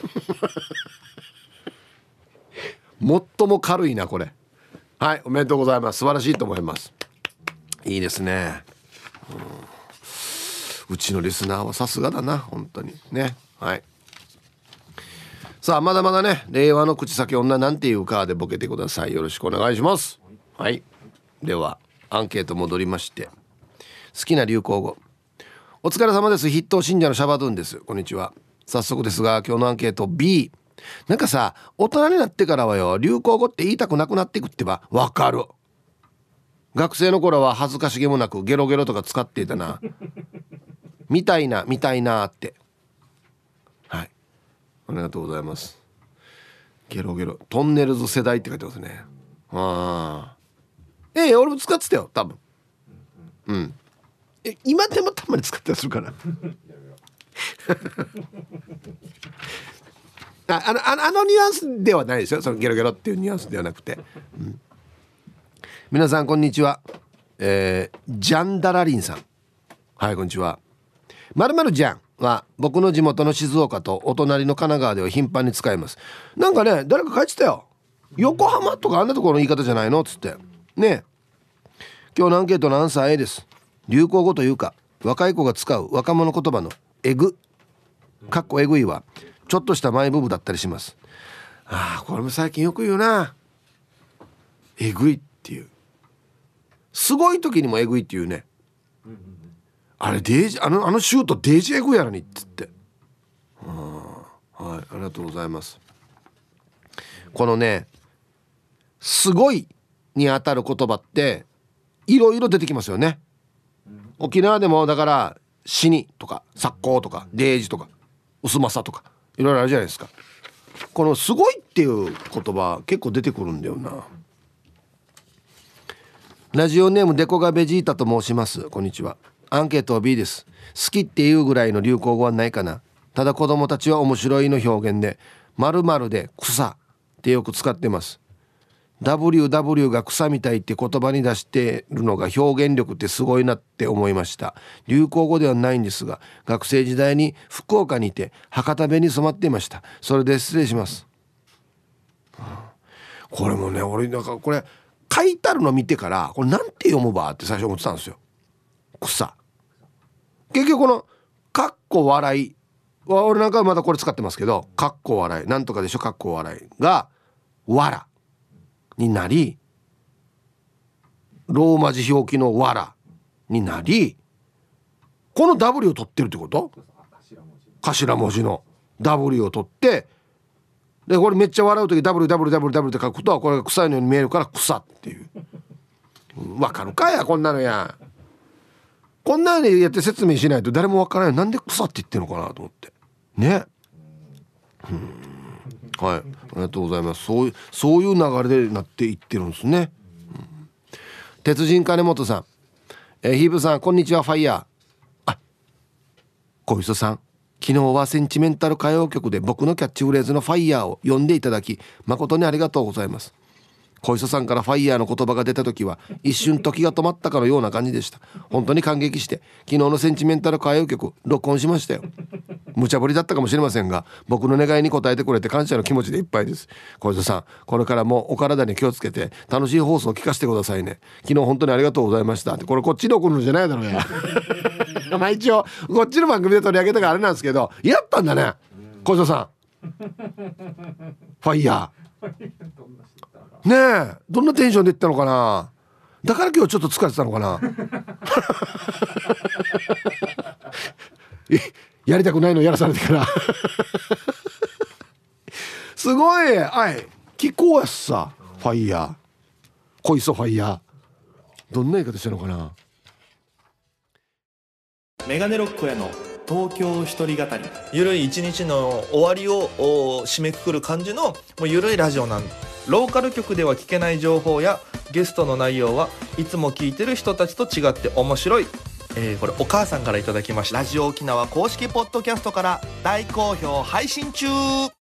[SPEAKER 1] 最も軽いなこれ。はい、おめでとうございます。素晴らしいと思います。いいですね、うん、うちのリスナーはさすがだな本当にね。はい、さあまだまだね令和の口先女なんていうかでボケてください。よろしくお願いします。はい、ではアンケート戻りまして、好きな流行語。お疲れ様です。筆頭信者のシャバドゥンです。こんにちは。早速ですが今日のアンケート B。 なんかさ大人になってからはよ流行語って言いたくなくなっていくってばわかる。学生の頃は恥ずかしげもなくゲロゲロとか使っていたなみたいなみたいなって。はい、ありがとうございます。ゲロゲロトンネルズ世代って書いてますね。ああ、ええ俺も使ってたよ多分。うん、え今でもたまに使ったりするからあ, あ, のあのあのニュアンスではないですよ。そのゲロゲロっていうニュアンスではなくて、うん、皆さんこんにちは、えー、ジャンダラリンさん、はいこんにちは。〇〇ジャンは僕の地元の静岡とお隣の神奈川では頻繁に使います。なんかね誰か書いてたよ、横浜とかあんなところの言い方じゃないのっつってね。今日のアンケートのアンサー A です。流行語というか若い子が使う若者言葉のエグかっこエグいはちょっとしたマイブームだったりします。ああこれも最近よく言うな、エグいっていう。すごい時にもエグいっていうね。あれデージあのあのシュートデージエグやらにっつって、はい、ありがとうございます。このねすごいにあたる言葉っていろいろ出てきますよね。沖縄でもだから死にとか殺光とかデージとか薄まさとかいろいろあるじゃないですか。このすごいっていう言葉結構出てくるんだよな。ラジオネームデコがベジータと申します。こんにちは。アンケートは B です。好きっていうぐらいの流行語はないかな。ただ子供たちは面白いの表現で〇〇で草ってよく使ってます。 ダブリューダブリュー が草みたいって言葉に出してるのが表現力ってすごいなって思いました。流行語ではないんですが学生時代に福岡にいて博多弁に染まっていました。それで失礼します。これもね俺なんかこれ書いてあるの見てからこれなんて読むばって最初思ってたんですよ。草。結局このかっこ笑いは俺なんかまだこれ使ってますけど、かっこ笑いなんとかでしょかっこ笑いがわらになりローマ字表記のわらになりこの W を取ってるってこと、頭文字の W を取ってでこれめっちゃ笑う時 ダブリューダブリューダブリューダブリュー って書くとこれが臭いのように見えるから草っていうわかるかやこんなのや。こんなにやって説明しないと誰もわからない。なんで草って言ってるのかなと思ってね。うんはいありがとうございます。そういうそういう流れでなっていってるんですね、うん、鉄人金本さん、えー、ヒーブさんこんにちは。ファイヤーあ小磯さん昨日はセンチメンタル歌謡曲で僕のキャッチフレーズのファイヤーを読んでいただき誠にありがとうございます。 小磯さんからファイヤーの言葉が出た時は一瞬時が止まったかのような感じでした。本当に感激して昨日のセンチメンタル歌謡曲録音しましたよ。無茶ぶりだったかもしれませんが僕の願いに応えてくれて感謝の気持ちでいっぱいです。小磯さんこれからもお体に気をつけて楽しい放送を聞かせてくださいね。昨日本当にありがとうございましたって。これこっちに送るのじゃないだろうやまあ一応こっちの番組で取り上げたからあれなんですけどやったんだね小磯さんファイヤーねえどんなテンションでいったのかな。だから今日ちょっと疲れてたのかなやりたくないのやらされてからすごい。はい気候やっさファイヤー小磯ファイヤーどんな言い方してるのかな。
[SPEAKER 5] メガネロックへの東京一人語り。
[SPEAKER 6] ゆるい一日の終わりを締めくくる感じのもうゆるいラジオなん。ローカル局では聞けない情報やゲストの内容はいつも聞いてる人たちと違って面白い、えー、これお母さんからいただきました。ラジオ沖縄公式ポッドキャストから大好評配信中。